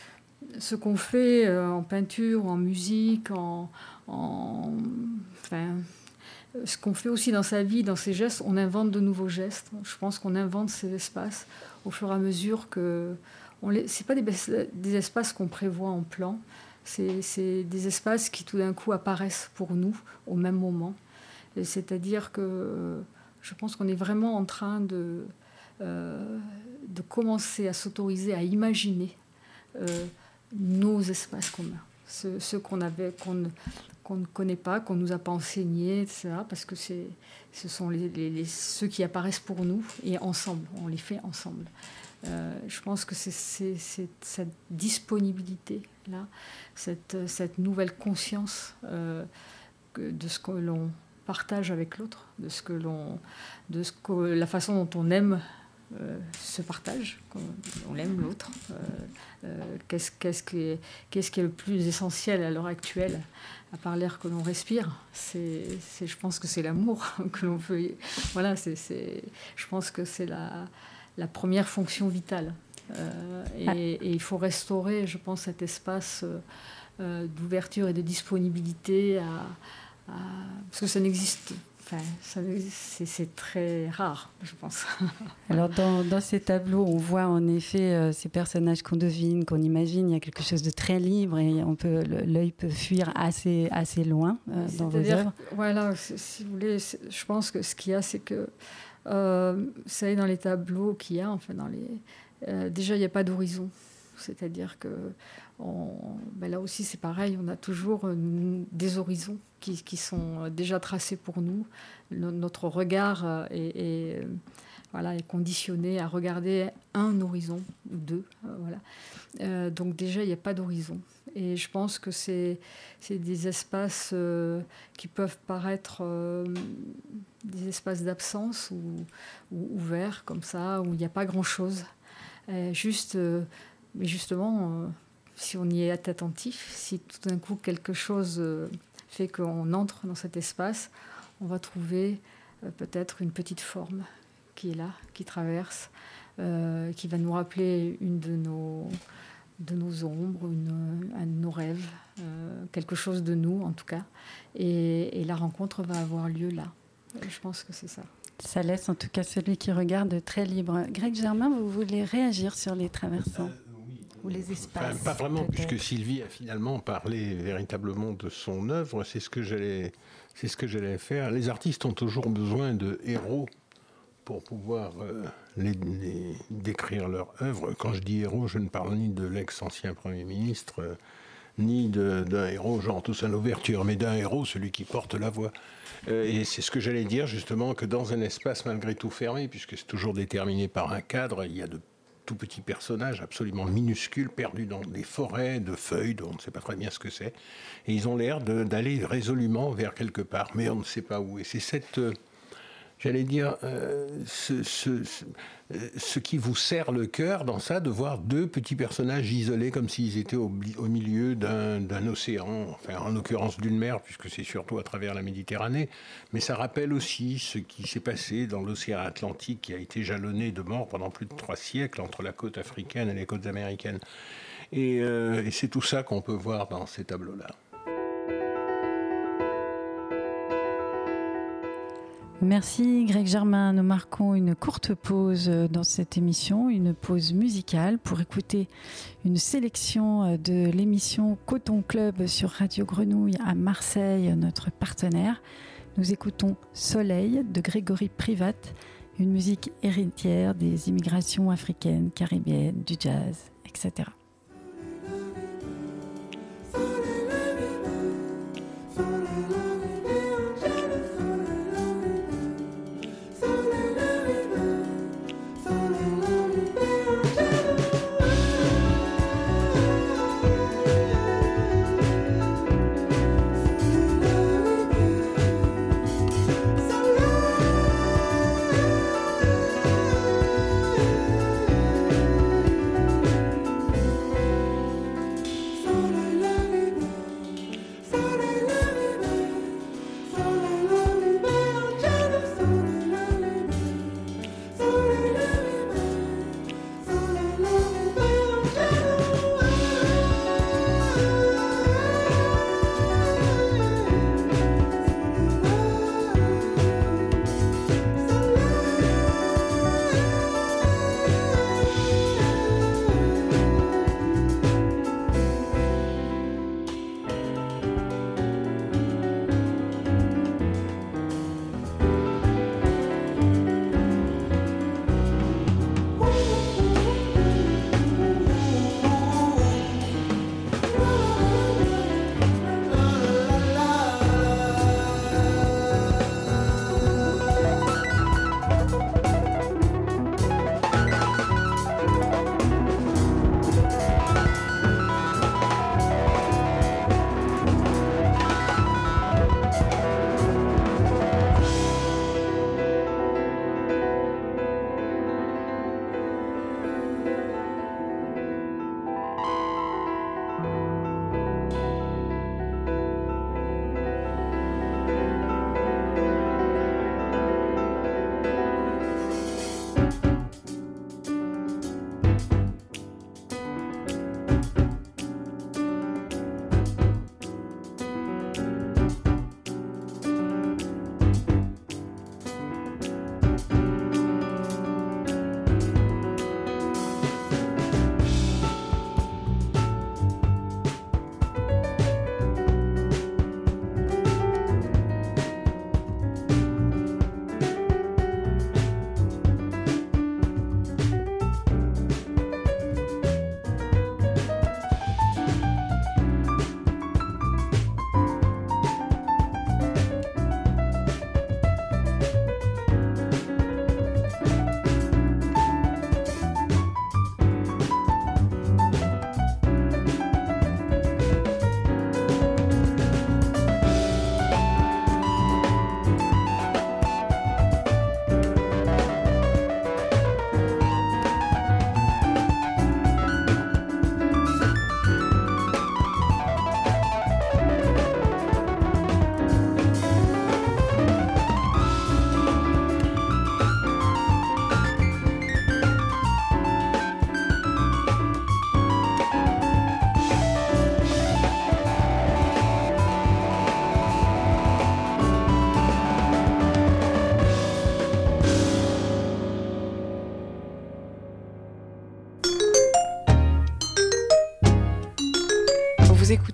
S4: ce qu'on fait euh, en peinture, en musique, en, en, enfin, ce qu'on fait aussi dans sa vie, dans ses gestes, on invente de nouveaux gestes. Je pense qu'on invente ces espaces au fur et à mesure que... Ce n'est pas des, des espaces qu'on prévoit en plan, c'est, c'est des espaces qui tout d'un coup apparaissent pour nous au même moment. Et c'est-à-dire que je pense qu'on est vraiment en train de, euh, de commencer à s'autoriser à imaginer euh, nos espaces communs, ceux, ceux qu'on avait, qu'on, qu'on ne connaît pas, qu'on ne nous a pas enseignés, et cetera, parce que c'est, ce sont les, les, les, ceux qui apparaissent pour nous, et ensemble, on les fait ensemble. Euh, je pense que c'est, c'est, c'est cette disponibilité-là, cette, cette nouvelle conscience euh, de ce que l'on partage avec l'autre, de ce que l'on, de ce que la façon dont on aime euh, ce partage, on aime l'autre. Euh, euh, qu'est-ce, qu'est-ce, qui est, qu'est-ce qui est le plus essentiel à l'heure actuelle, à part l'air que l'on respire, c'est, c'est, je pense que c'est l'amour que l'on veut. Voilà, c'est, c'est, je pense que c'est la la première fonction vitale. Euh, et, ah. et il faut restaurer, je pense, cet espace euh, d'ouverture et de disponibilité à, à, parce que ça n'existe, enfin, ça, c'est, c'est très rare, je pense.
S2: Alors, dans, dans ces tableaux, on voit en effet euh, ces personnages qu'on devine, qu'on imagine. Il y a quelque chose de très libre et on peut, l'œil peut fuir assez, assez loin euh, dans vos œuvres.
S4: Voilà, si vous voulez, je pense que ce qu'il y a, c'est que Euh, vous savez, dans les tableaux qu'il y a, enfin dans les, euh, déjà il n'y a pas d'horizon, c'est-à-dire que on, ben là aussi c'est pareil, on a toujours euh, des horizons qui, qui sont déjà tracés pour nous. Le, notre regard euh, est, est, euh, voilà, est conditionné à regarder un horizon ou deux, euh, voilà. Euh, donc déjà il n'y a pas d'horizon. Et je pense que c'est, c'est des espaces euh, qui peuvent paraître euh, des espaces d'absence ou, ou ouverts comme ça, où il n'y a pas grand-chose. Euh, juste, euh, mais justement, euh, si on y est attentif, si tout d'un coup quelque chose euh, fait qu'on entre dans cet espace, on va trouver euh, peut-être une petite forme qui est là, qui traverse, euh, qui va nous rappeler une de nos... de nos ombres, une, un de nos rêves, euh, quelque chose de nous en tout cas. Et, et la rencontre va avoir lieu là. Je pense que c'est ça.
S2: Ça laisse en tout cas celui qui regarde très libre. Greg Germain, vous voulez réagir sur les traversants euh, oui. ou les espaces?
S12: Enfin, pas vraiment,
S2: peut-être.
S12: Puisque Sylvie a finalement parlé véritablement de son œuvre. C'est ce que j'allais, c'est ce que j'allais faire. Les artistes ont toujours besoin de héros pour pouvoir euh, les, les, décrire leur œuvre. Quand je dis héros, je ne parle ni de l'ex-ancien Premier ministre, euh, ni de, d'un héros genre Toussaint Louverture, mais d'un héros, celui qui porte la voix. Euh, et c'est ce que j'allais dire, justement, que dans un espace malgré tout fermé, puisque c'est toujours déterminé par un cadre, il y a de tout petits personnages absolument minuscules, perdus dans des forêts de feuilles, dont on ne sait pas très bien ce que c'est. Et ils ont l'air de, d'aller résolument vers quelque part, mais on ne sait pas où. Et c'est cette... Euh, J'allais dire, euh, ce, ce, ce, ce qui vous serre le cœur dans ça, de voir deux petits personnages isolés comme s'ils étaient au, au milieu d'un, d'un océan, enfin en l'occurrence d'une mer, puisque c'est surtout à travers la Méditerranée, mais ça rappelle aussi ce qui s'est passé dans l'océan Atlantique, qui a été jalonné de morts pendant plus de trois siècles entre la côte africaine et les côtes américaines. Et, euh, et c'est tout ça qu'on peut voir dans ces tableaux-là.
S2: Merci Greg Germain. Nous marquons une courte pause dans cette émission, une pause musicale pour écouter une sélection de l'émission Coton Club sur Radio Grenouille à Marseille, notre partenaire. Nous écoutons Soleil de Grégory Privat, une musique héritière des immigrations africaines, caribéennes, du jazz, et cetera.
S15: Thank you.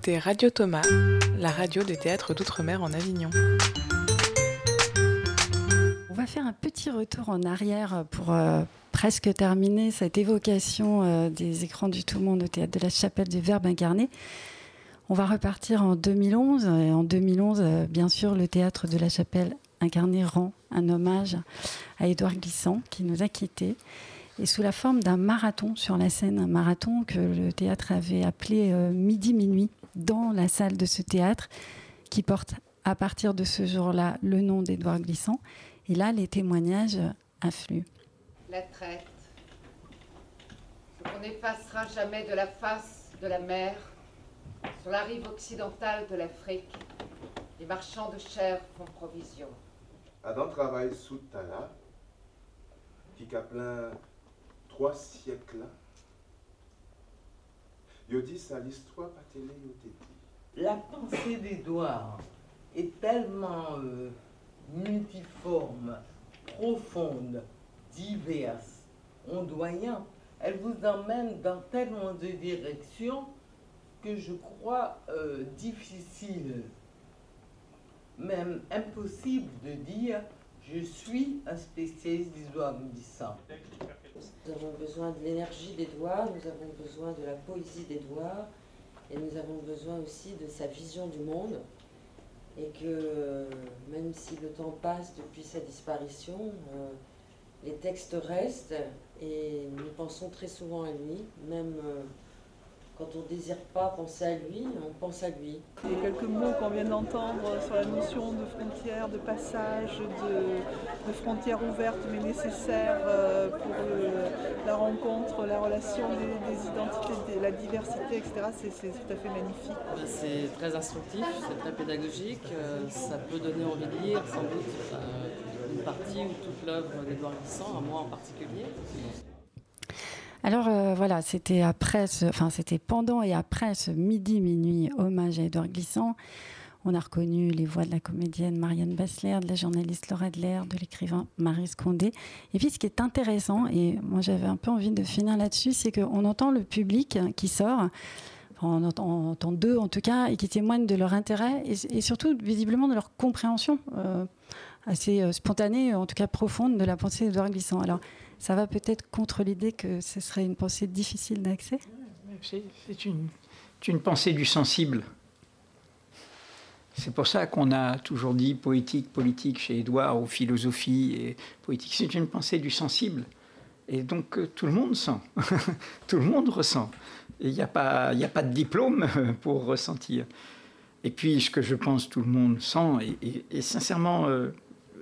S3: écoutez Radio Thomas, la radio des théâtres d'outre-mer en Avignon.
S2: On va faire un petit retour en arrière pour euh, presque terminer cette évocation euh, des écrans du tout monde au théâtre de la Chapelle du Verbe incarné. On va repartir en deux mille onze. Et en deux mille onze, euh, bien sûr, le théâtre de la Chapelle incarné rend un hommage à Édouard Glissant qui nous a quittés. Et sous la forme d'un marathon sur la scène, un marathon que le théâtre avait appelé euh, Midi-Minuit dans la salle de ce théâtre, qui porte à partir de ce jour-là le nom d'Édouard Glissant. Et là, les témoignages affluent.
S15: La traite, ce qu'on n'effacera jamais de la face de la mer, sur la rive occidentale de l'Afrique, les marchands de chair font provision.
S5: Adam travaille sous Tala, qui a plein trois siècles. Yo dit ça l'histoire pas télé yo te dit.
S16: La pensée d'Édouard est tellement euh, multiforme, profonde, diverse, ondoyante. Elle vous emmène dans tellement de directions que je crois euh, difficile, même impossible de dire je suis un spécialiste d'Édouard Glissant.
S17: Nous avons besoin de l'énergie d'Édouard, nous avons besoin de la poésie d'Édouard et nous avons besoin aussi de sa vision du monde. Et que même si le temps passe depuis sa disparition, euh, les textes restent et nous pensons très souvent à lui, même euh, quand on ne désire pas penser à lui, on pense à lui.
S18: Les quelques mots qu'on vient d'entendre sur la notion de frontières, de passage, de, de frontières ouvertes mais nécessaires euh, pour le, la rencontre, la relation des, des identités, de la diversité, et cetera, c'est, c'est tout à fait magnifique.
S19: C'est très instructif, c'est très pédagogique, euh, ça peut donner envie de lire sans doute euh, une partie ou toute l'œuvre d'Édouard Glissant, à moi en particulier.
S2: Alors euh, voilà, c'était après, ce, enfin c'était pendant et après ce midi-minuit hommage à Édouard Glissant. On a reconnu les voix de la comédienne Marianne Bassler, de la journaliste Laura Adler, de l'écrivain Maryse Condé. Et puis ce qui est intéressant, et moi j'avais un peu envie de finir là-dessus, c'est qu'on entend le public qui sort, enfin, on, entend, on entend deux en tout cas, et qui témoignent de leur intérêt et, et surtout visiblement de leur compréhension euh, assez euh, spontanée, en tout cas profonde, de la pensée d'Édouard Glissant. Alors ça va peut-être contre l'idée que ce serait une pensée difficile d'accès.
S13: C'est, c'est une, c'est une pensée du sensible. C'est pour ça qu'on a toujours dit poétique, politique chez Édouard, ou philosophie et poétique. C'est une pensée du sensible. Et donc tout le monde sent, tout le monde ressent. Et il n'y a pas, il n'y a pas de diplôme pour ressentir. Et puis ce que je pense tout le monde sent, et, et, et sincèrement... Euh,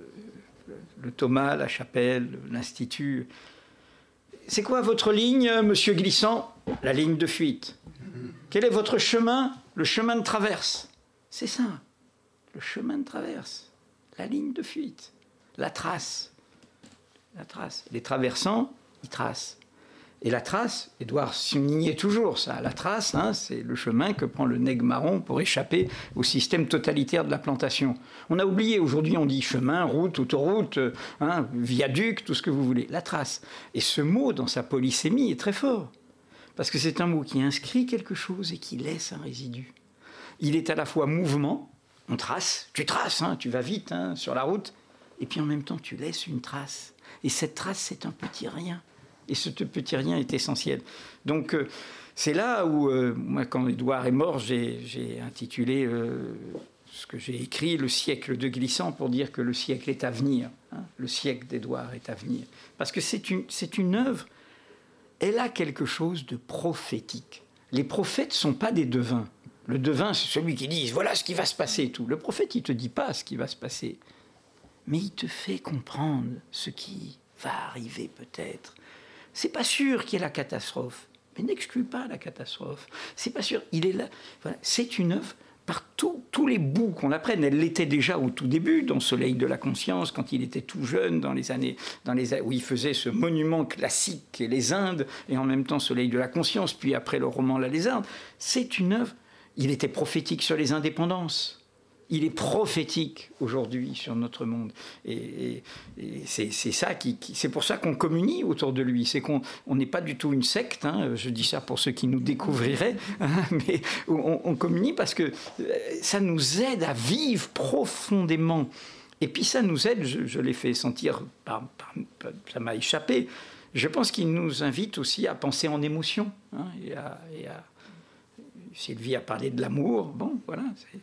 S13: le Thomas, la Chapelle, l'Institut. C'est quoi votre ligne, monsieur Glissant ? La ligne de fuite. Quel est votre chemin ? Le chemin de traverse. C'est ça, le chemin de traverse, la ligne de fuite, la trace. La trace. Les traversants, ils tracent. Et la trace, Édouard soulignait toujours ça, la trace, hein, c'est le chemin que prend le nègre marron pour échapper au système totalitaire de la plantation. On a oublié, aujourd'hui on dit chemin, route, autoroute, hein, viaduc, tout ce que vous voulez, la trace. Et ce mot, dans sa polysémie, est très fort, parce que c'est un mot qui inscrit quelque chose et qui laisse un résidu. Il est à la fois mouvement, on trace, tu traces, hein, tu vas vite hein, sur la route, et puis en même temps tu laisses une trace. Et cette trace, c'est un petit rien. Et ce petit rien est essentiel. Donc, euh, c'est là où, euh, moi, quand Édouard est mort, j'ai, j'ai intitulé euh, ce que j'ai écrit « Le siècle de Glissant » pour dire que le siècle est à venir. Hein, le siècle d'Édouard est à venir. Parce que c'est une, c'est une œuvre, elle a quelque chose de prophétique. Les prophètes ne sont pas des devins. Le devin, c'est celui qui dit « voilà ce qui va se passer » et tout. Le prophète, il ne te dit pas ce qui va se passer. Mais il te fait comprendre ce qui va arriver peut-être. C'est pas sûr qu'il y ait la catastrophe, mais n'exclut pas la catastrophe. C'est pas sûr. Il est là. Voilà. C'est une œuvre par tout, tous les bouts qu'on la prenne. Elle l'était déjà au tout début, dans Soleil de la conscience, quand il était tout jeune, dans les années, dans les, où il faisait ce monument classique qu'est les Indes, et en même temps Soleil de la conscience, puis après le roman La Lézarde. C'est une œuvre. Il était prophétique sur les indépendances. il est prophétique aujourd'hui sur notre monde. Et, et, et c'est, c'est, ça qui, qui, c'est pour ça qu'on communie autour de lui. C'est qu'on n'est pas du tout une secte, hein, je dis ça pour ceux qui nous découvriraient, hein, mais on, on communie parce que ça nous aide à vivre profondément. Et puis ça nous aide, je, je l'ai fait sentir, par, par, par, ça m'a échappé, je pense qu'il nous invite aussi à penser en émotion. Hein, et à, et à... Sylvie a parlé de l'amour, bon, voilà, c'est...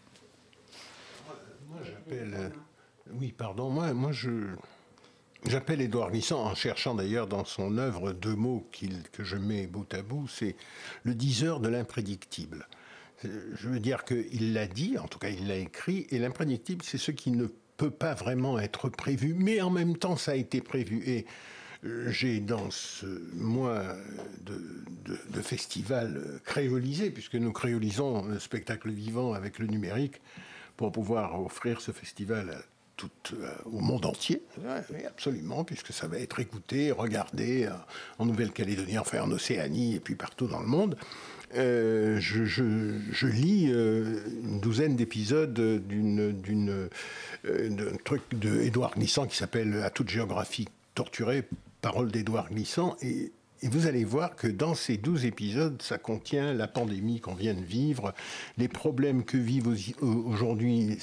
S1: Moi, j'appelle... Euh, oui, pardon, moi, moi je... J'appelle Édouard Glissant, en cherchant d'ailleurs dans son œuvre deux mots qu'il, que je mets bout à bout, c'est le diseur de l'imprédictible. Je veux dire qu'il l'a dit, en tout cas il l'a écrit, et l'imprédictible, c'est ce qui ne peut pas vraiment être prévu, mais en même temps ça a été prévu. Et j'ai dans ce mois de, de, de festival créolisé, puisque nous créolisons le spectacle vivant avec le numérique, pour pouvoir offrir ce festival à tout, euh, au monde entier, oui, absolument, puisque ça va être écouté, regardé euh, en Nouvelle-Calédonie, enfin en Océanie et puis partout dans le monde. Euh, je, je, je lis euh, une douzaine d'épisodes d'une, d'une, euh, d'un truc d'Édouard Glissant qui s'appelle « À toute géographie torturée », parole d'Édouard Glissant, et Et vous allez voir que dans ces douze épisodes, ça contient la pandémie qu'on vient de vivre, les problèmes que vivent aujourd'hui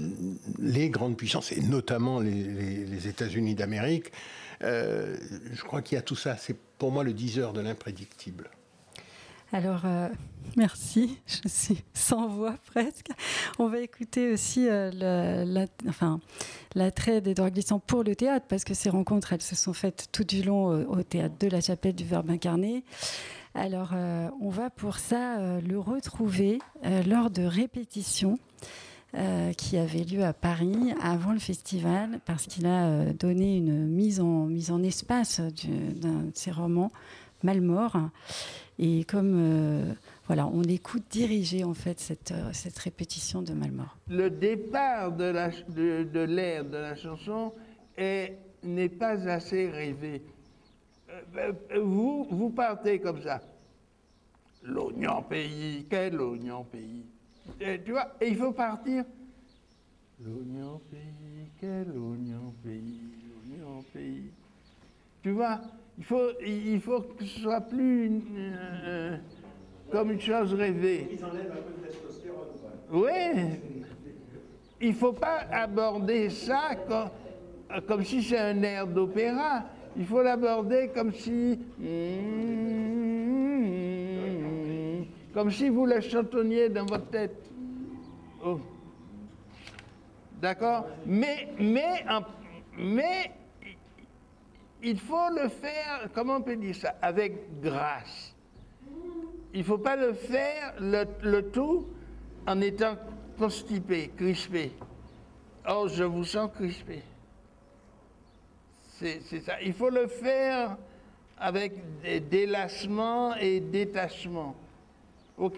S1: les grandes puissances, et notamment les, les, les États-Unis d'Amérique. Euh, je crois qu'il y a tout ça. C'est pour moi le diseur de l'imprédictible.
S2: Alors, euh, merci. Je suis sans voix presque. On va écouter aussi euh, le, la, enfin, l'attrait d'Édouard Glissant pour le théâtre, parce que ces rencontres, elles se sont faites tout du long euh, au théâtre de la Chapelle du Verbe incarné. Alors, euh, on va pour ça euh, le retrouver euh, lors de répétitions euh, qui avaient lieu à Paris avant le festival, parce qu'il a euh, donné une mise en, mise en espace du, d'un de ses romans, Malmort. Et comme euh, voilà, on écoute diriger en fait cette, euh, cette répétition de Malmort.
S6: Le départ de, la, de, de l'air de la chanson est, n'est pas assez rêvé. Euh, vous, vous partez comme ça. L'oignon pays, quel oignon pays. Et, tu vois, et il faut partir. L'oignon pays, quel oignon pays, l'oignon pays. Tu vois, il faut, il faut que ce soit plus une, euh, comme une chose rêvée. Ils enlèvent un peu de testostérone, quoi. Oui. Il ne faut pas aborder ça comme, comme si c'est un air d'opéra. Il faut l'aborder comme si... Comme si vous la chantonniez dans votre tête. Oh. D'accord ? Mais, mais, en, mais... il faut le faire, comment on peut dire ça, avec grâce. Il ne faut pas le faire, le, le tout, en étant constipé, crispé. Oh, je vous sens crispé. C'est, c'est ça. Il faut le faire avec des délassement et détachement. OK ?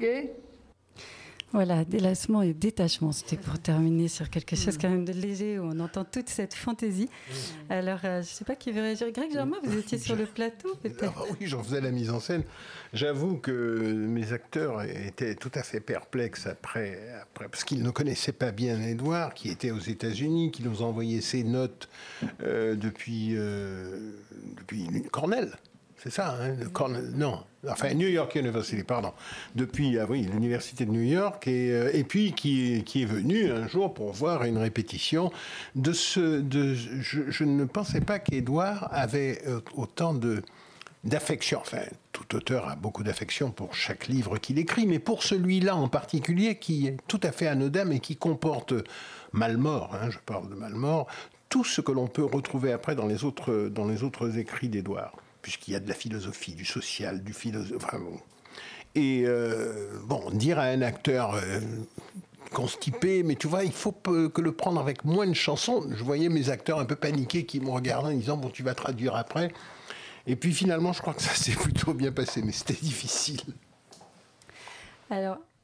S2: Voilà, délassement et détachement. C'était pour terminer sur quelque chose quand même de léger, où on entend toute cette fantaisie. Alors, euh, je ne sais pas qui veut réagir. Greg Germain, vous étiez sur le plateau, peut-être ?
S1: Ah oui, j'en faisais la mise en scène. J'avoue que mes acteurs étaient tout à fait perplexes après, après parce qu'ils ne connaissaient pas bien Édouard, qui était aux États-Unis, qui nous envoyait ses notes euh, depuis, euh, depuis Cornell. C'est ça, hein, le Cornell, non, enfin New York University, pardon, depuis ah oui, l'université de New York, et, euh, et puis qui, qui est venu un jour pour voir une répétition de ce... De, je, je ne pensais pas qu'Édouard avait autant de, d'affection, enfin tout auteur a beaucoup d'affection pour chaque livre qu'il écrit, mais pour celui-là en particulier qui est tout à fait anodin et qui comporte Malmort, hein, je parle de Malmort, tout ce que l'on peut retrouver après dans les autres, dans les autres écrits d'Édouard. Puisqu'il y a de la philosophie, du social, du philosophe, vraiment. Et euh, bon, dire à un acteur euh, constipé, mais tu vois, il faut que le prendre avec moins de chansons. Je voyais mes acteurs un peu paniqués qui me regardaient en disant, bon, tu vas traduire après. Et puis finalement, je crois que ça s'est plutôt bien passé, mais c'était difficile.
S2: Alors,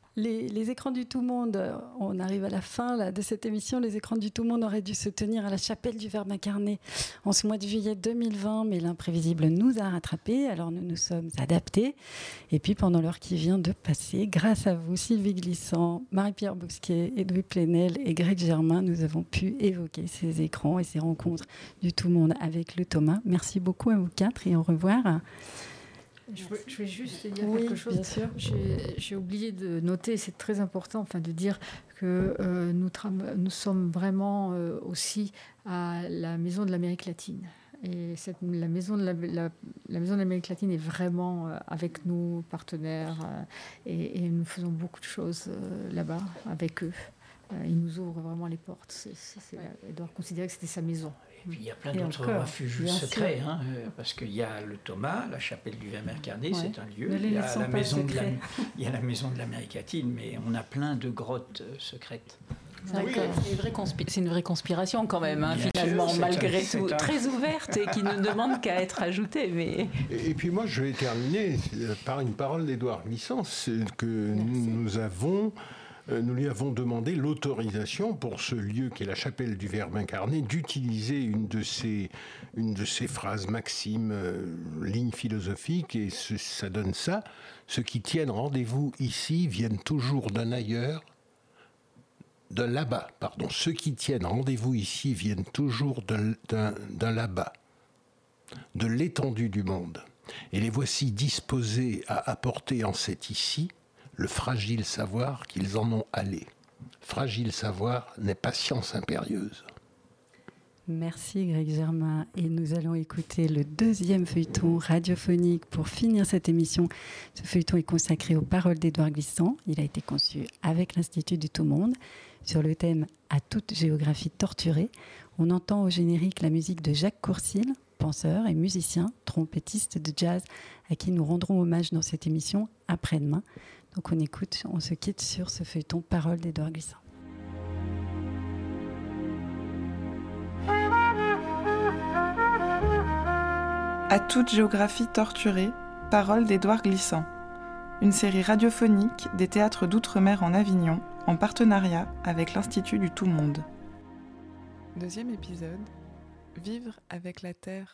S2: Les, les écrans du tout monde, on arrive à la fin là, de cette émission. Les écrans du tout monde auraient dû se tenir à la chapelle du Verbe incarné en ce mois de juillet deux mille vingt, mais l'imprévisible nous a rattrapés, alors nous nous sommes adaptés. Et puis pendant l'heure qui vient de passer, grâce à vous, Sylvie Glissant, Marie-Pierre Bousquet, Edoui Plenel et Greg Germain, nous avons pu évoquer ces écrans et ces rencontres du tout monde avec le Thomas. Merci beaucoup à vous quatre et au revoir.
S4: Je veux, je veux juste dire
S2: oui,
S4: quelque chose.
S2: Bien sûr.
S4: J'ai, j'ai oublié de noter, c'est très important, enfin, de dire que euh, nous, tra- nous sommes vraiment euh, aussi à la Maison de l'Amérique latine. Et cette, la, maison de la, la, la Maison de l'Amérique latine est vraiment euh, avec nous, partenaires, euh, et, et nous faisons beaucoup de choses euh, là-bas avec eux. Euh, ils nous ouvrent vraiment les portes. C'est, c'est, c'est, ils doivent considérer que c'était sa maison.
S13: Et puis il y a plein
S4: Et
S13: d'autres
S4: encore,
S13: refuges secrets, hein, euh, parce qu'il y a le Thomas, la chapelle du Verbe incarné, ouais. C'est un lieu. Il y, a la maison de la, il y a la maison de l'Amérique latine, mais on a plein de grottes euh, secrètes.
S11: C'est, oui. c'est, une vraie conspi- c'est une vraie conspiration quand même, hein, finalement, sûr, malgré un, tout, un... très ouverte et qui ne demande qu'à être ajoutée. Mais...
S1: Et, et puis moi, je vais terminer par une parole d'Édouard Glissant, que nous, nous avons... Nous lui avons demandé l'autorisation pour ce lieu qui est la chapelle du Verbe incarné d'utiliser une de ces, une de ces phrases maximes, euh, lignes philosophiques, et ce, ça donne ça. Ceux qui tiennent rendez-vous ici viennent toujours d'un ailleurs, d'un là-bas, pardon. Ceux qui tiennent rendez-vous ici viennent toujours d'un, d'un, d'un là-bas, de l'étendue du monde. Et les voici disposés à apporter en cet ici le fragile savoir qu'ils en ont allé. Fragile savoir n'est pas science impérieuse.
S2: Merci Greg Germain. Et nous allons écouter le deuxième feuilleton radiophonique pour finir cette émission. Ce feuilleton est consacré aux paroles d'Édouard Glissant. Il a été conçu avec l'Institut du Tout Monde sur le thème « À toute géographie torturée ». On entend au générique la musique de Jacques Courcil, penseur et musicien, trompettiste de jazz, à qui nous rendrons hommage dans cette émission après-demain. Donc on écoute, on se quitte sur ce feuilleton Paroles d'Édouard Glissant.
S3: À toute géographie torturée, Paroles d'Édouard Glissant. Une série radiophonique des théâtres d'outre-mer en Avignon, en partenariat avec l'Institut du Tout Monde. Deuxième épisode, Vivre avec la Terre.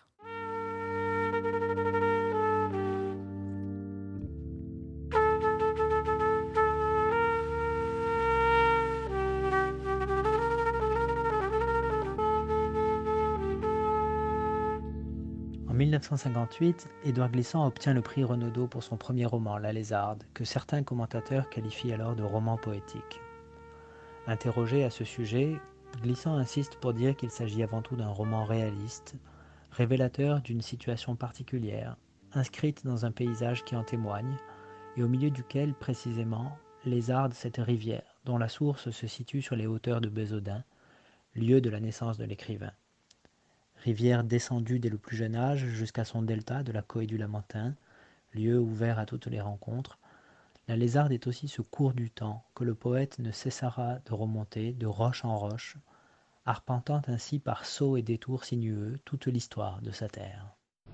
S20: En mille neuf cent cinquante-huit, Édouard Glissant obtient le prix Renaudot pour son premier roman, La Lézarde, que certains commentateurs qualifient alors de roman poétique. Interrogé à ce sujet, Glissant insiste pour dire qu'il s'agit avant tout d'un roman réaliste, révélateur d'une situation particulière, inscrite dans un paysage qui en témoigne, et au milieu duquel, précisément, lézarde cette rivière, dont la source se situe sur les hauteurs de Bezaudun, lieu de la naissance de l'écrivain. Rivière descendue dès le plus jeune âge jusqu'à son delta de la Coë du Lamentin, lieu ouvert à toutes les rencontres, la lézarde est aussi ce cours du temps que le poète ne cessera de remonter de roche en roche, arpentant ainsi par sauts et détours sinueux toute l'histoire de sa terre.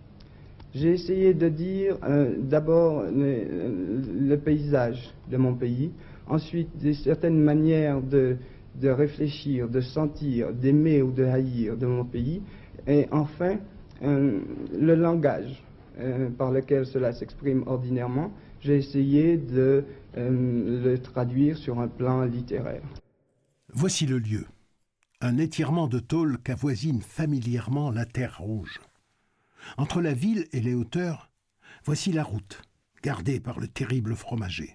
S21: J'ai essayé de dire euh, d'abord le, le paysage de mon pays, ensuite des certaines manières de, de réfléchir, de sentir, d'aimer ou de haïr de mon pays, et enfin euh, le langage euh, par lequel cela s'exprime ordinairement. J'ai essayé de euh, le traduire sur un plan littéraire.
S1: Voici le lieu. Un étirement de tôle qu'avoisine familièrement la terre rouge. Entre la ville et les hauteurs, voici la route, gardée par le terrible fromager.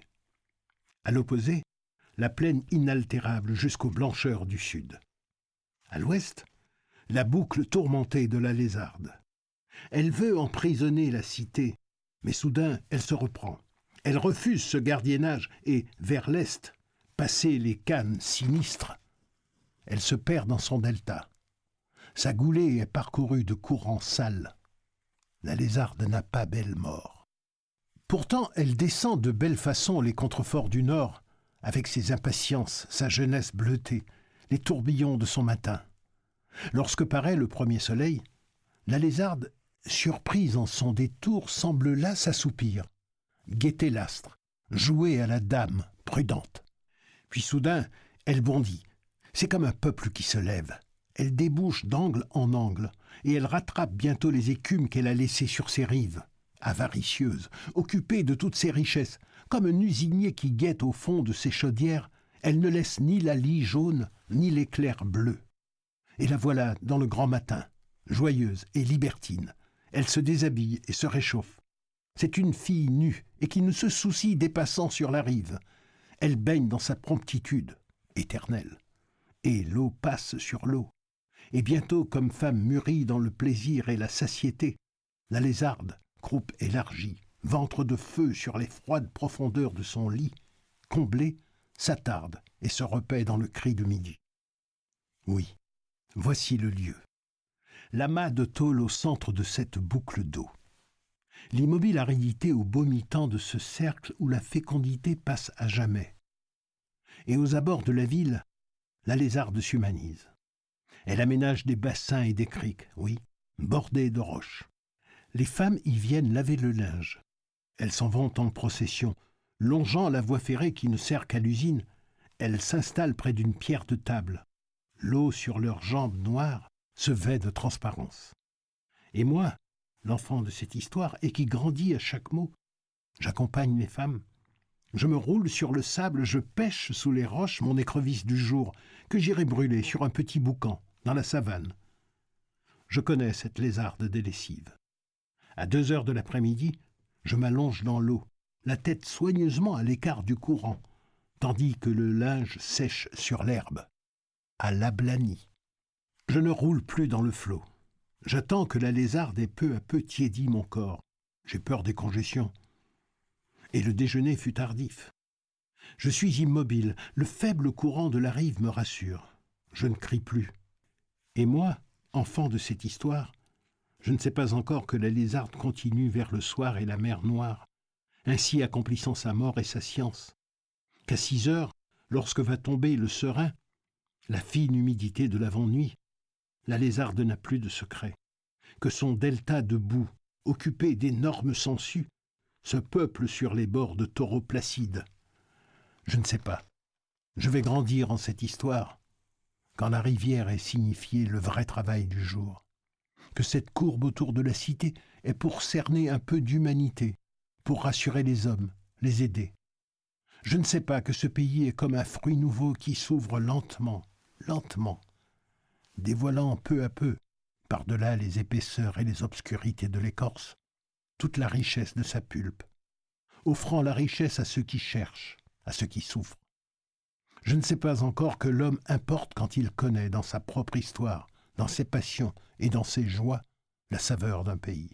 S1: À l'opposé, la plaine inaltérable jusqu'aux blancheurs du sud. À l'ouest, la boucle tourmentée de la lézarde. Elle veut emprisonner la cité, mais soudain elle se reprend. Elle refuse ce gardiennage et, vers l'est, passer les cannes sinistres, elle se perd dans son delta. Sa goulée est parcourue de courants sales. La lézarde n'a pas belle mort. Pourtant, elle descend de belle façon les contreforts du nord, avec ses impatiences, sa jeunesse bleutée, les tourbillons de son matin. Lorsque paraît le premier soleil, la lézarde, surprise en son détour, semble là s'assoupir, guetter l'astre, jouer à la dame prudente. Puis soudain, elle bondit. C'est comme un peuple qui se lève. Elle débouche d'angle en angle, et elle rattrape bientôt les écumes qu'elle a laissées sur ses rives. Avaricieuse, occupée de toutes ses richesses, comme un usinier qui guette au fond de ses chaudières, elle ne laisse ni la lie jaune, ni l'éclair bleu. Et la voilà dans le grand matin, joyeuse et libertine. Elle se déshabille et se réchauffe. C'est une fille nue et qui ne se soucie des passants sur la rive. Elle baigne dans sa promptitude, éternelle. Et l'eau passe sur l'eau. Et bientôt, comme femme mûrie dans le plaisir et la satiété, la lézarde, croupe élargie, ventre de feu sur les froides profondeurs de son lit, comblée, s'attarde et se repaît dans le cri de midi. Oui, voici le lieu. L'amas de tôle au centre de cette boucle d'eau. L'immobile aridité au beau mi-temps de ce cercle où la fécondité passe à jamais. Et aux abords de la ville, la lézarde s'humanise. Elle aménage des bassins et des criques, oui, bordés de roches. Les femmes y viennent laver le linge. Elles s'en vont en procession. Longeant la voie ferrée qui ne sert qu'à l'usine, elles s'installent près d'une pierre de table. L'eau sur leurs jambes noires se vêt de transparence. Et moi, l'enfant de cette histoire, et qui grandit à chaque mot, j'accompagne les femmes. Je me roule sur le sable, je pêche sous les roches mon écrevisse du jour, que j'irai brûler sur un petit boucan, dans la savane. Je connais cette lézarde des lessives. À deux heures de l'après-midi, je m'allonge dans l'eau, la tête soigneusement à l'écart du courant, tandis que le linge sèche sur l'herbe, à l'ablani. Je ne roule plus dans le flot. J'attends que la lézarde ait peu à peu tiédi mon corps. J'ai peur des congestions. Et le déjeuner fut tardif. Je suis immobile, le faible courant de la rive me rassure. Je ne crie plus. Et moi, enfant de cette histoire, je ne sais pas encore que la lézarde continue vers le soir et la mer noire, ainsi accomplissant sa mort et sa science. Qu'à six heures, lorsque va tomber le serein, la fine humidité de l'avant-nuit, la lézarde n'a plus de secret, que son delta de boue, occupé d'énormes sangsues, se peuple sur les bords de taureaux placides. Je ne sais pas. Je vais grandir en cette histoire, quand la rivière est signifiée le vrai travail du jour, que cette courbe autour de la cité est pour cerner un peu d'humanité, pour rassurer les hommes, les aider. Je ne sais pas que ce pays est comme un fruit nouveau qui s'ouvre lentement, lentement, dévoilant peu à peu, par-delà les épaisseurs et les obscurités de l'écorce, toute la richesse de sa pulpe, offrant la richesse à ceux qui cherchent, à ceux qui souffrent. Je ne sais pas encore que l'homme importe quand il connaît dans sa propre histoire, dans ses passions et dans ses joies, la saveur d'un pays.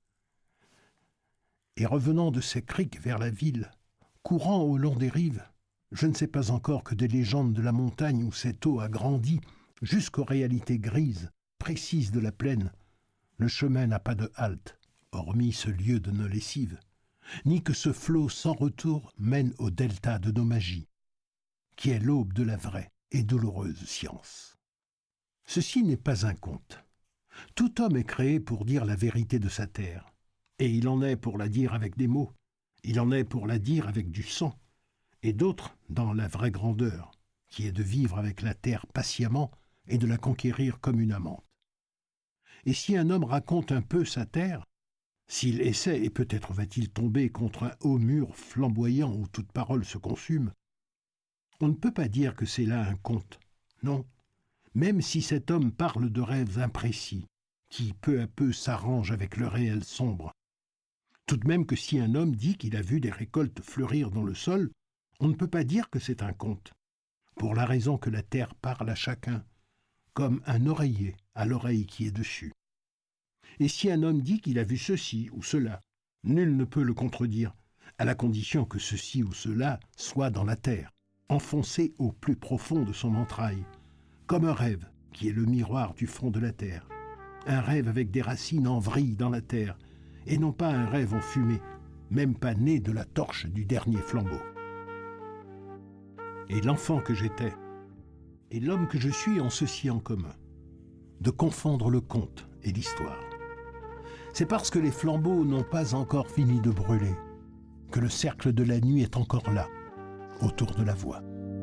S1: Et revenant de ces criques vers la ville, courant au long des rives, je ne sais pas encore que des légendes de la montagne où cette eau a grandi jusqu'aux réalités grises, précises de la plaine, le chemin n'a pas de halte, hormis ce lieu de nos lessives, ni que ce flot sans retour mène au delta de nos magies, qui est l'aube de la vraie et douloureuse science. Ceci n'est pas un conte. Tout homme est créé pour dire la vérité de sa terre, et il en est pour la dire avec des mots, il en est pour la dire avec du sang, et d'autres dans la vraie grandeur, qui est de vivre avec la terre patiemment et de la conquérir comme une amante. Et si un homme raconte un peu sa terre, s'il essaie, et peut-être va-t-il tomber contre un haut mur flamboyant où toute parole se consume, on ne peut pas dire que c'est là un conte, non, même si cet homme parle de rêves imprécis, qui peu à peu s'arrangent avec le réel sombre. Tout de même que si un homme dit qu'il a vu des récoltes fleurir dans le sol, on ne peut pas dire que c'est un conte, pour la raison que la terre parle à chacun, comme un oreiller à l'oreille qui est dessus. Et si un homme dit qu'il a vu ceci ou cela, nul ne peut le contredire, à la condition que ceci ou cela soit dans la terre, enfoncé au plus profond de son entraille, comme un rêve qui est le miroir du fond de la terre, un rêve avec des racines en vrille dans la terre, et non pas un rêve en fumée, même pas né de la torche du dernier flambeau. Et l'enfant que j'étais, et l'homme que je suis ont ceci en commun, de confondre le conte et l'histoire. C'est parce que les flambeaux n'ont pas encore fini de brûler, que le cercle de la nuit est encore là, autour de la voix.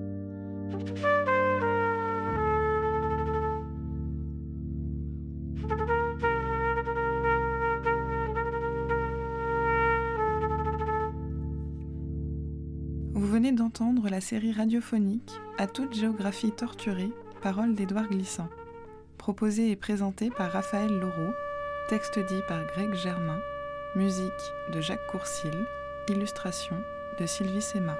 S3: Vous venez d'entendre la série radiophonique « À toute géographie torturée », paroles d'Édouard Glissant. Proposée et présentée par Raphaël Laureau, texte dit par Greg Germain, musique de Jacques Courcil, illustration de Sylvie Sema.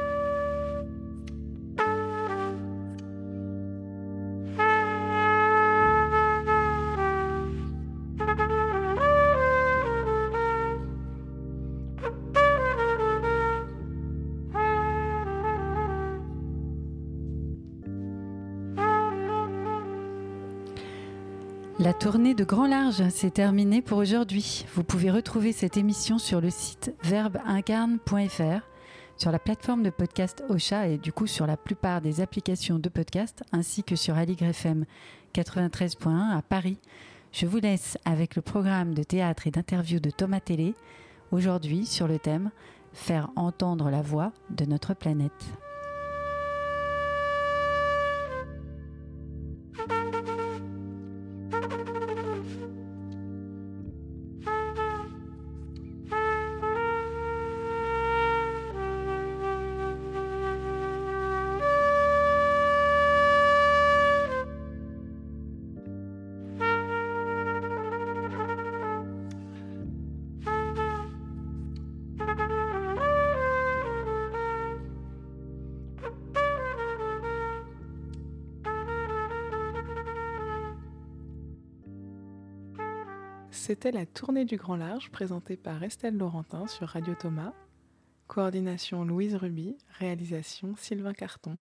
S2: La tournée de Grand Large, c'est terminé pour aujourd'hui. Vous pouvez retrouver cette émission sur le site verbe incarne point f r, sur la plateforme de podcast Ocha et du coup sur la plupart des applications de podcast, ainsi que sur Aligre F M quatre-vingt-treize point un à Paris. Je vous laisse avec le programme de théâtre et d'interview de Thomas Télé, aujourd'hui sur le thème « Faire entendre la voix de notre planète ».
S3: C'était la tournée du Grand Large présentée par Estelle Laurentin sur Radio Thomas. Coordination Louise Ruby, réalisation Sylvain Carton.